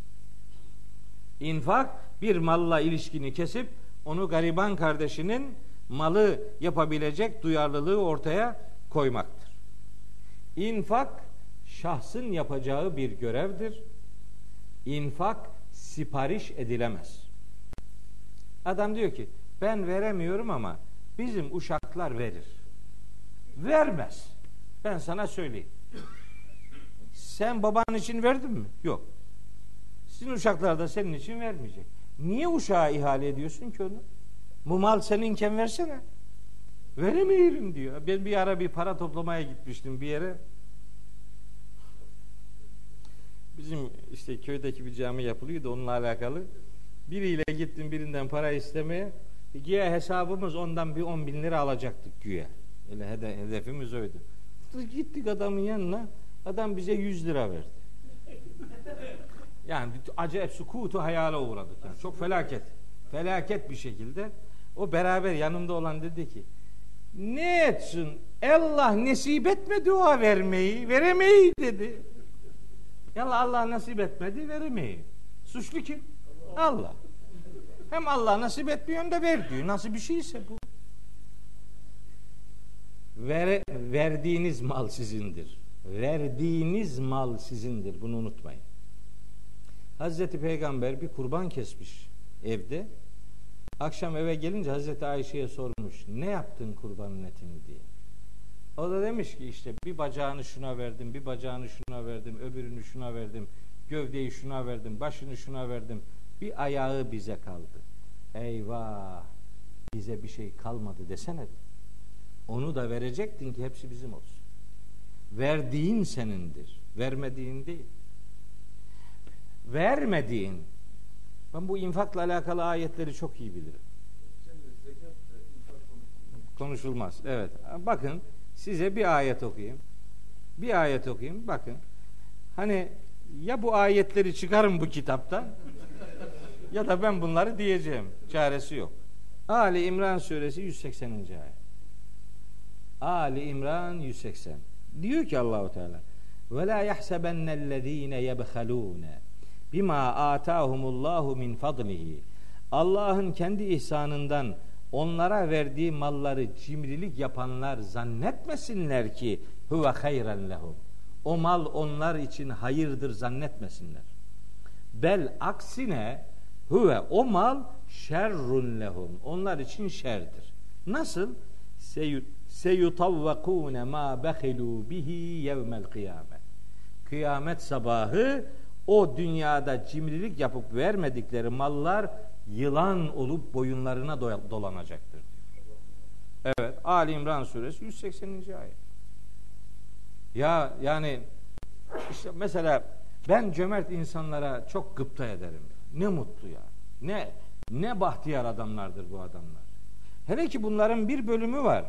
Speaker 1: İnfak, bir malla ilişkini kesip onu gariban kardeşinin malı yapabilecek duyarlılığı ortaya koymaktır. İnfak, şahsın yapacağı bir görevdir. İnfak sipariş edilemez. Adam diyor ki, ben veremiyorum ama bizim uşaklar verir. Vermez. Ben sana söyleyeyim. Sen baban için verdin mi? Yok. Sizin uşaklar da senin için vermeyecek. Niye uşağa ihale ediyorsun ki onu? Bu mal seninken versene. Veremiyorum diyor. Ben bir ara bir para toplamaya gitmiştim bir yere. Bizim işte köydeki bir cami yapılıyordu, onunla alakalı. Biriyle gittim birinden para istemeye. Güya hesabımız ondan bir on bin lira alacaktık güya. Öyle hedefimiz oydu. Gittik adamın yanına. Adam bize yüz lira verdi. Yani acayip sukutu hayale uğradık. Yani çok felaket. Felaket bir şekilde. O beraber yanımda olan dedi ki, ne etsin? Allah nasip etmedi dua vermeyi. Veremeyi dedi. Ya Allah nasip etmedi, veremeyi. Suçlu kim? Allah. Hem Allah nasip etmiyor da ver diyor. Nasıl bir şeyse bu. Ver, verdiğiniz mal sizindir. Verdiğiniz mal sizindir. Bunu unutmayın. Hazreti Peygamber bir kurban kesmiş evde. Akşam eve gelince Hazreti Ayşe'ye sormuş. Ne yaptın kurbanın etini diye. O da demiş ki işte bir bacağını şuna verdim, bir bacağını şuna verdim, öbürünü şuna verdim, gövdeyi şuna verdim, başını şuna verdim. Bir ayağı bize kaldı. Eyvah! Bize bir şey kalmadı desene. Onu da verecektin ki hepsi bizim olsun. Verdiğin senindir. Vermediğin değil. Vermediğin. Ben bu infakla alakalı ayetleri çok iyi bilirim. Konuşulmaz. Evet. Bakın size bir ayet okuyayım. Bir ayet okuyayım. Bakın. Hani ya bu ayetleri çıkarın bu kitaptan ya da ben bunları diyeceğim. Çaresi yok. Ali İmran suresi yüz sekseninci ayet. Ali İmran yüz seksen. Diyor ki Allahu Teala: "Ve la yahsebennellezine yebhalun bima atahumullahu min fadlihi." Allah'ın kendi ihsanından onlara verdiği malları cimrilik yapanlar zannetmesinler ki huve hayran lehum. O mal onlar için hayırdır zannetmesinler. Bel aksine huve o mal şerrun lehum. Onlar için şerdir. Nasıl? Seyutavvakune ma behilu bihi yevmel kıyamet. Kıyamet sabahı o dünyada cimrilik yapıp vermedikleri mallar yılan olup boyunlarına dolanacaktır diyor. Evet, Ali İmran suresi yüz sekseninci ayet. Ya yani işte mesela ben cömert insanlara çok gıpta ederim. Ne mutlu ya. Ne ne bahtiyar adamlardır bu adamlar. Hele ki bunların bir bölümü var.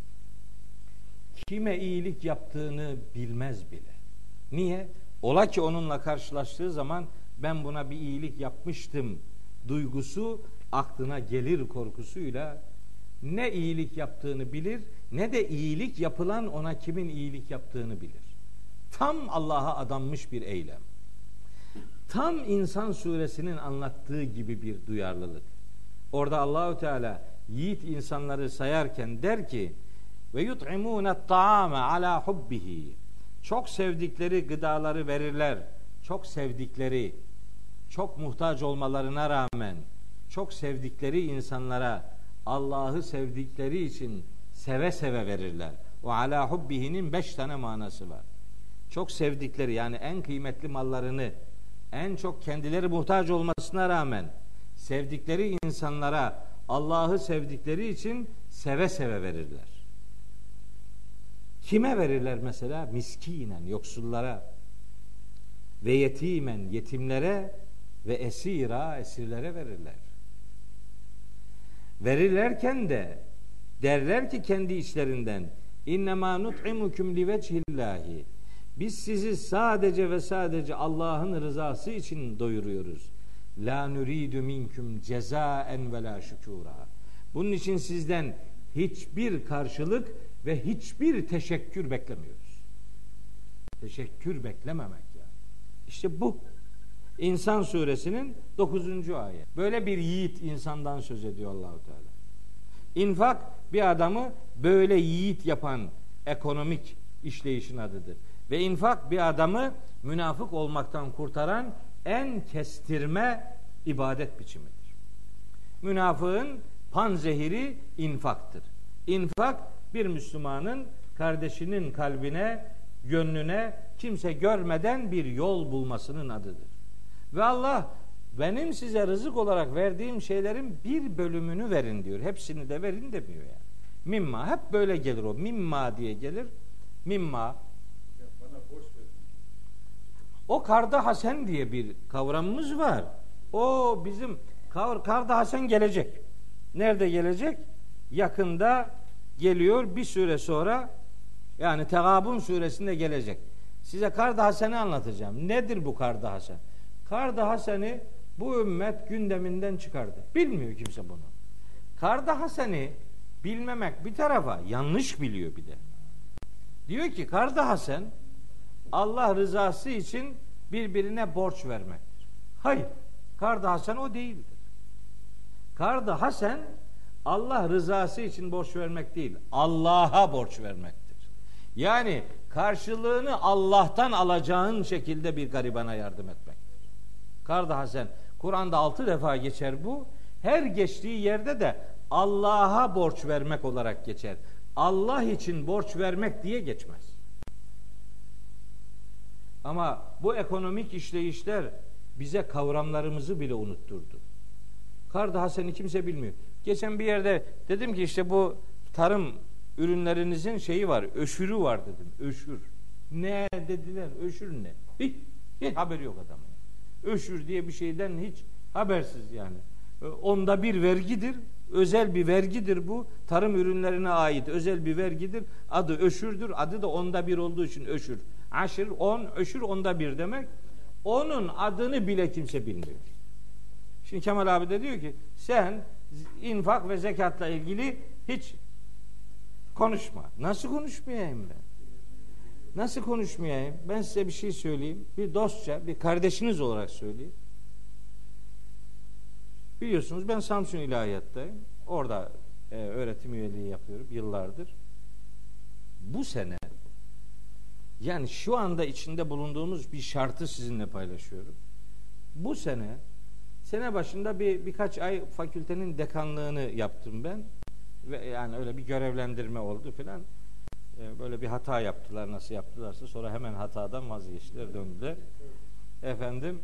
Speaker 1: Kime iyilik yaptığını bilmez bile. Niye? Ola ki onunla karşılaştığı zaman ben buna bir iyilik yapmıştım duygusu aklına gelir korkusuyla ne iyilik yaptığını bilir ne de iyilik yapılan ona kimin iyilik yaptığını bilir. Tam Allah'a adanmış bir eylem. Tam İnsan suresinin anlattığı gibi bir duyarlılık. Orada Allahu Teala yiğit insanları sayarken der ki ve yut'imûne ta'ame ala hubbihi. Çok sevdikleri gıdaları verirler. Çok sevdikleri, çok muhtaç olmalarına rağmen çok sevdikleri insanlara Allah'ı sevdikleri için seve seve verirler. O ala hubbihinin beş tane manası var. Çok sevdikleri yani en kıymetli mallarını en çok kendileri muhtaç olmasına rağmen sevdikleri insanlara Allah'ı sevdikleri için seve seve verirler. Kime verirler mesela? Miskinen, yoksullara ve yetimen, yetimlere ve esira, esirlere verirler. Verirlerken de derler ki kendi içlerinden İnnemâ nut'imukum livecihillahi. Biz sizi sadece ve sadece Allah'ın rızası için doyuruyoruz. La nuridu minkum cezaen ve la şükura. Bunun için sizden hiçbir karşılık ve hiçbir teşekkür beklemiyoruz. Teşekkür beklememek yani. İşte bu İnsan suresinin dokuzuncu ayet. Böyle bir yiğit insandan söz ediyor Allahu Teala. İnfak bir adamı böyle yiğit yapan ekonomik işleyişin adıdır. Ve infak bir adamı münafık olmaktan kurtaran en kestirme ibadet biçimidir. Münafığın panzehiri infaktır. İnfak bir Müslümanın kardeşinin kalbine, gönlüne kimse görmeden bir yol bulmasının adıdır. Ve Allah benim size rızık olarak verdiğim şeylerin bir bölümünü verin diyor. Hepsini de verin demiyor yani. Mimma hep böyle gelir o. Mimma diye gelir. Mimma. O karda hasen diye bir kavramımız var. O bizim karda hasen gelecek. Nerede gelecek? Yakında geliyor bir süre sonra yani Tegabun suresinde gelecek. Size karda haseni anlatacağım. Nedir bu karda hasen? Karda haseni bu ümmet gündeminden çıkardı. Bilmiyor kimse bunu. Karda haseni bilmemek bir tarafa yanlış biliyor bir de. Diyor ki karda hasen Allah rızası için birbirine borç vermektir. Hayır. Karda hasen o değildir. Karda hasen Allah rızası için borç vermek değil. Allah'a borç vermektir. Yani karşılığını Allah'tan alacağın şekilde bir garibana yardım etmektir. Karda hasen Kur'an'da altı defa geçer bu. Her geçtiği yerde de Allah'a borç vermek olarak geçer. Allah için borç vermek diye geçmez. Ama bu ekonomik işleyişler bize kavramlarımızı bile unutturdu. Karda haseni kimse bilmiyor. Geçen bir yerde dedim ki işte bu tarım ürünlerinizin şeyi var, öşürü var dedim. Öşür. Ne dediler? Öşür ne? Hiç, hiç haberi yok adamın. Öşür diye bir şeyden hiç habersiz yani. Onda bir vergidir. Özel bir vergidir bu. Tarım ürünlerine ait özel bir vergidir. Adı öşürdür. Adı da onda bir olduğu için öşür. Aşır, on, öşür onda bir demek. Onun adını bile kimse bilmiyor. Şimdi Kemal abi de diyor ki sen infak ve zekatla ilgili hiç konuşma. Nasıl konuşmayayım ben? Nasıl konuşmayayım? Ben size bir şey söyleyeyim. Bir dostça, bir kardeşiniz olarak söyleyeyim. Biliyorsunuz ben Samsun İlahiyat'tayım. Orada e, öğretim üyeliği yapıyorum yıllardır. Bu sene, yani şu anda içinde bulunduğumuz bir şartı sizinle paylaşıyorum. Bu sene, sene başında bir birkaç ay fakültenin dekanlığını yaptım ben. Ve yani öyle bir görevlendirme oldu filan. Ee, böyle bir hata yaptılar, nasıl yaptılarsa sonra hemen hatadan vazgeçtiler, döndüler. Efendim,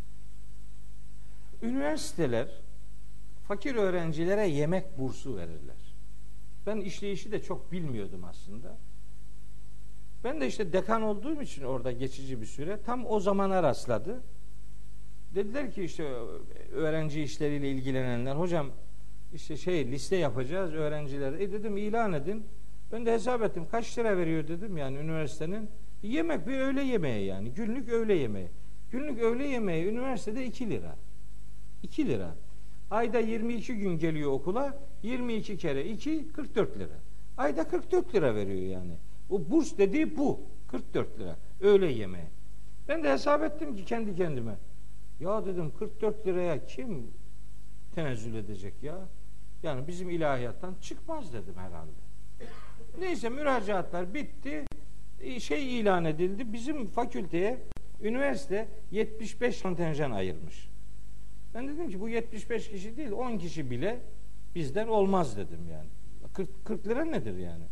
Speaker 1: üniversiteler fakir öğrencilere yemek bursu verirler. Ben işleyişi de çok bilmiyordum aslında. Ben de işte dekan olduğum için orada geçici bir süre tam o zamana rastladı. Dediler ki işte öğrenci işleriyle ilgilenenler, hocam işte şey liste yapacağız öğrencilere. E dedim ilan edin. Ben de hesap ettim. Kaç lira veriyor dedim yani üniversitenin. Yemek bir öğle yemeği yani. Günlük öğle yemeği. Günlük öğle yemeği üniversitede iki lira. iki lira. Ayda yirmi iki gün geliyor okula. yirmi iki kere iki kırk dört lira. Ayda kırk dört lira veriyor yani. O burs dediği bu. kırk dört lira. Öğle yemeği. Ben de hesap ettim ki kendi kendime. Ya dedim kırk dört liraya kim tenezzül edecek ya? Yani bizim ilahiyattan çıkmaz dedim herhalde. Neyse müracaatlar bitti. Şey ilan edildi. Bizim fakülteye üniversite yetmiş beş kontenjan ayırmış. Ben dedim ki bu yetmiş beş kişi değil on kişi bile bizden olmaz dedim yani. kırk, kırk lira nedir yani?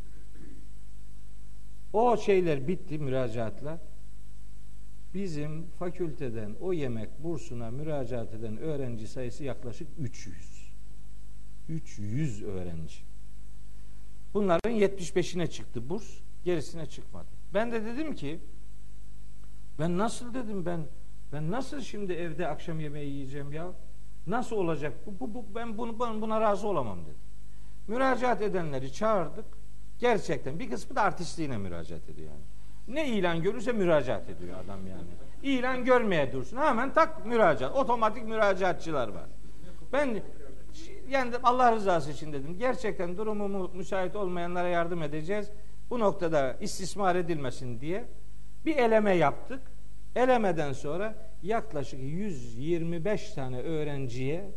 Speaker 1: O şeyler bitti müracaatlar. Bizim fakülteden o yemek bursuna müracaat eden öğrenci sayısı yaklaşık üç yüz. üç yüz öğrenci. Bunların yetmiş beşine çıktı burs, gerisine çıkmadı. Ben de dedim ki ben nasıl dedim ben ben nasıl şimdi evde akşam yemeği yiyeceğim ya? Nasıl olacak? Bu, bu, bu ben bunu buna razı olamam dedim. Müracaat edenleri çağırdık. Gerçekten bir kısmı da artistliğine müracaat ediyor yani. Ne ilan görürse müracaat ediyor adam yani. İlan görmeye dursun. Hemen tak müracaat. Otomatik müracaatçılar var. Ben yani Allah rızası için dedim. Gerçekten durumu müsait olmayanlara yardım edeceğiz. Bu noktada istismar edilmesin diye bir eleme yaptık. Elemeden sonra yaklaşık yüz yirmi beş tane öğrenciye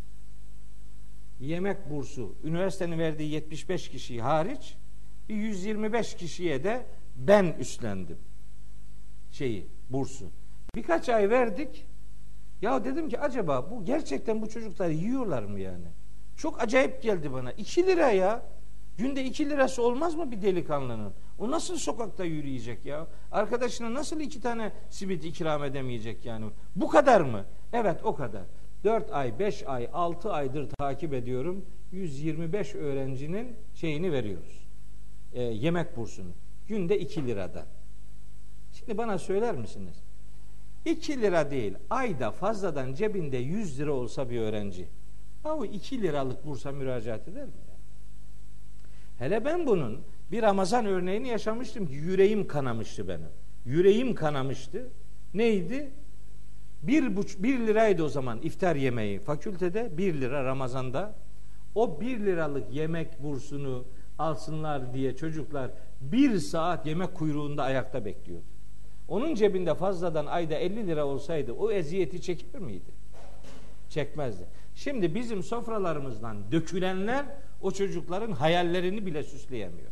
Speaker 1: yemek bursu, üniversitenin verdiği yetmiş beş kişi hariç bir yüz yirmi beş kişiye de ben üstlendim şeyi, bursu. Birkaç ay verdik. Ya dedim ki acaba bu gerçekten bu çocuklar yiyorlar mı yani? Çok acayip geldi bana. iki lira ya. Günde iki lirası olmaz mı bir delikanlının? O nasıl sokakta yürüyecek ya? Arkadaşına nasıl iki tane simit ikram edemeyecek yani? Bu kadar mı? Evet o kadar. dört ay, beş ay, altı aydır takip ediyorum. yüz yirmi beş öğrencinin şeyini veriyoruz. E, yemek bursunu. Günde iki lirada. Şimdi bana söyler misiniz? iki lira değil, ayda fazladan cebinde yüz lira olsa bir öğrenci, o iki liralık bursa müracaat eder mi? Yani? Hele ben bunun bir Ramazan örneğini yaşamıştım ki yüreğim kanamıştı benim. Yüreğim kanamıştı. Neydi? Bir, buç, bir liraydı o zaman iftar yemeği fakültede, bir lira Ramazan'da. O bir liralık yemek bursunu alsınlar diye çocuklar bir saat yemek kuyruğunda ayakta bekliyordu. Onun cebinde fazladan ayda elli lira olsaydı o eziyeti çeker miydi? Çekmezdi. Şimdi bizim sofralarımızdan dökülenler o çocukların hayallerini bile süsleyemiyor.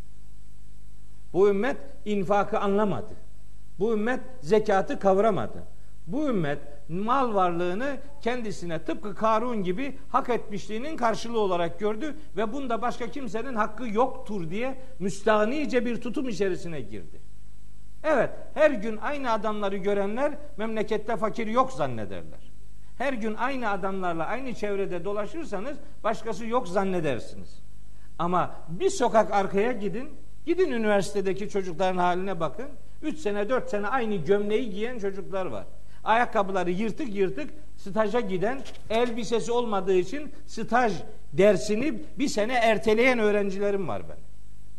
Speaker 1: Bu ümmet infakı anlamadı. Bu ümmet zekatı kavramadı. Bu ümmet mal varlığını kendisine tıpkı Karun gibi hak etmişliğinin karşılığı olarak gördü ve bunda başka kimsenin hakkı yoktur diye müstahnice bir tutum içerisine girdi. Evet, her gün aynı adamları görenler memlekette fakir yok zannederler. Her gün aynı adamlarla aynı çevrede dolaşırsanız başkası yok zannedersiniz. Ama bir sokak arkaya gidin, gidin üniversitedeki çocukların haline bakın. Üç sene, dört sene aynı gömleği giyen çocuklar var. Ayakkabıları yırtık yırtık staja giden, elbisesi olmadığı için staj dersini bir sene erteleyen öğrencilerim var benim.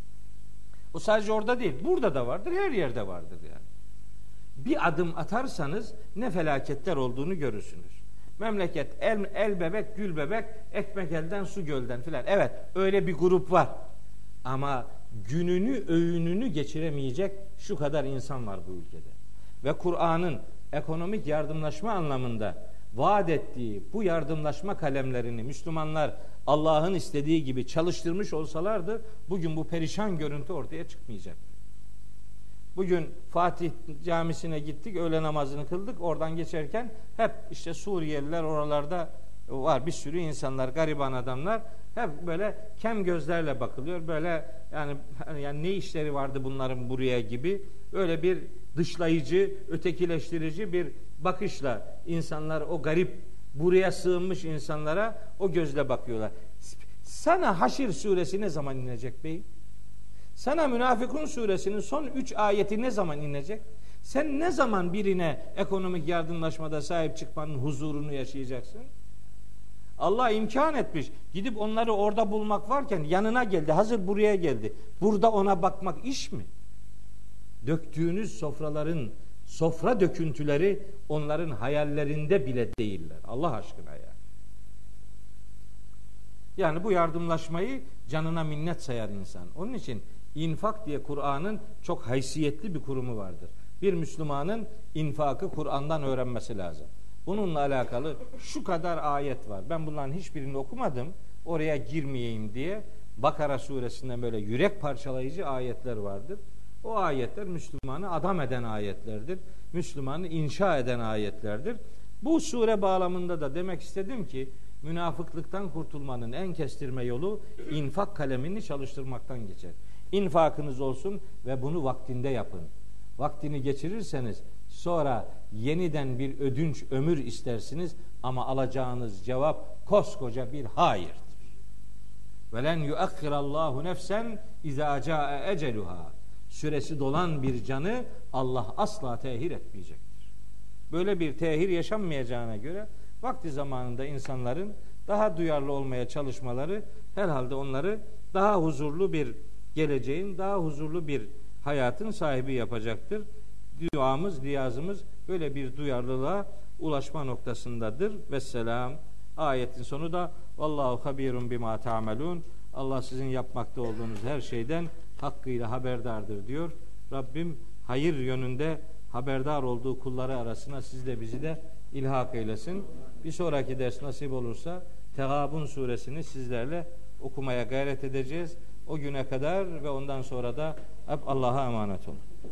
Speaker 1: O sadece orada değil, burada da vardır, her yerde vardır yani. Bir adım atarsanız ne felaketler olduğunu görürsünüz. Memleket el, el bebek, gül bebek, ekmek elden, su gölden filan. Evet, öyle bir grup var. Ama gününü, öğününü geçiremeyecek şu kadar insan var bu ülkede. Ve Kur'an'ın ekonomik yardımlaşma anlamında vaat ettiği bu yardımlaşma kalemlerini Müslümanlar Allah'ın istediği gibi çalıştırmış olsalardı bugün bu perişan görüntü ortaya çıkmayacaktı. Bugün Fatih Camisi'ne gittik, öğle namazını kıldık. Oradan geçerken hep işte Suriyeliler oralarda var, bir sürü insanlar, gariban adamlar, hep böyle kem gözlerle bakılıyor. Böyle yani yani ne işleri vardı bunların buraya gibi, öyle bir dışlayıcı, ötekileştirici bir bakışla insanlar, o garip buraya sığınmış insanlara o gözle bakıyorlar. Sana Haşr suresi ne zaman inecek beyim? Sana Münafıkun suresinin son üç ayeti ne zaman inecek? Sen ne zaman birine ekonomik yardımlaşmada sahip çıkmanın huzurunu yaşayacaksın? Allah imkan etmiş. Gidip onları orada bulmak varken yanına geldi. Hazır buraya geldi. Burada ona bakmak iş mi? Döktüğünüz sofraların, sofra döküntüleri onların hayallerinde bile değiller. Allah aşkına ya. Yani bu yardımlaşmayı canına minnet sayar insan. Onun için infak diye Kur'an'ın çok haysiyetli bir kurumu vardır. Bir Müslümanın infakı Kur'an'dan öğrenmesi lazım. Bununla alakalı şu kadar ayet var. Ben bunların hiçbirini okumadım. Oraya girmeyeyim diye. Bakara suresinden böyle yürek parçalayıcı ayetler vardır. O ayetler Müslümanı adam eden ayetlerdir. Müslümanı inşa eden ayetlerdir. Bu sure bağlamında da demek istedim ki münafıklıktan kurtulmanın en kestirme yolu infak kalemini çalıştırmaktan geçer. İnfakınız olsun ve bunu vaktinde yapın. Vaktini geçirirseniz sonra yeniden bir ödünç ömür istersiniz ama alacağınız cevap koskoca bir hayırdır. Velen yuakhirallahu nefsen iza caa eceluha. Süresi dolan bir canı Allah asla tehir etmeyecektir. Böyle bir tehir yaşanmayacağına göre vakti zamanında insanların daha duyarlı olmaya çalışmaları herhalde onları daha huzurlu bir geleceğin, daha huzurlu bir hayatın sahibi yapacaktır. Duamız, niyazımız böyle bir duyarlılığa ulaşma noktasındadır. Vesselam. Ayetin sonu da vallahu habirun bima ta'melun. Allah sizin yapmakta olduğunuz her şeyden hakkıyla haberdardır diyor. Rabbim hayır yönünde haberdar olduğu kulları arasına siz de bizi de ilhak eylesin. Bir sonraki ders nasip olursa Tegabun suresini sizlerle okumaya gayret edeceğiz. O güne kadar ve ondan sonra da hep Allah'a emanet olun.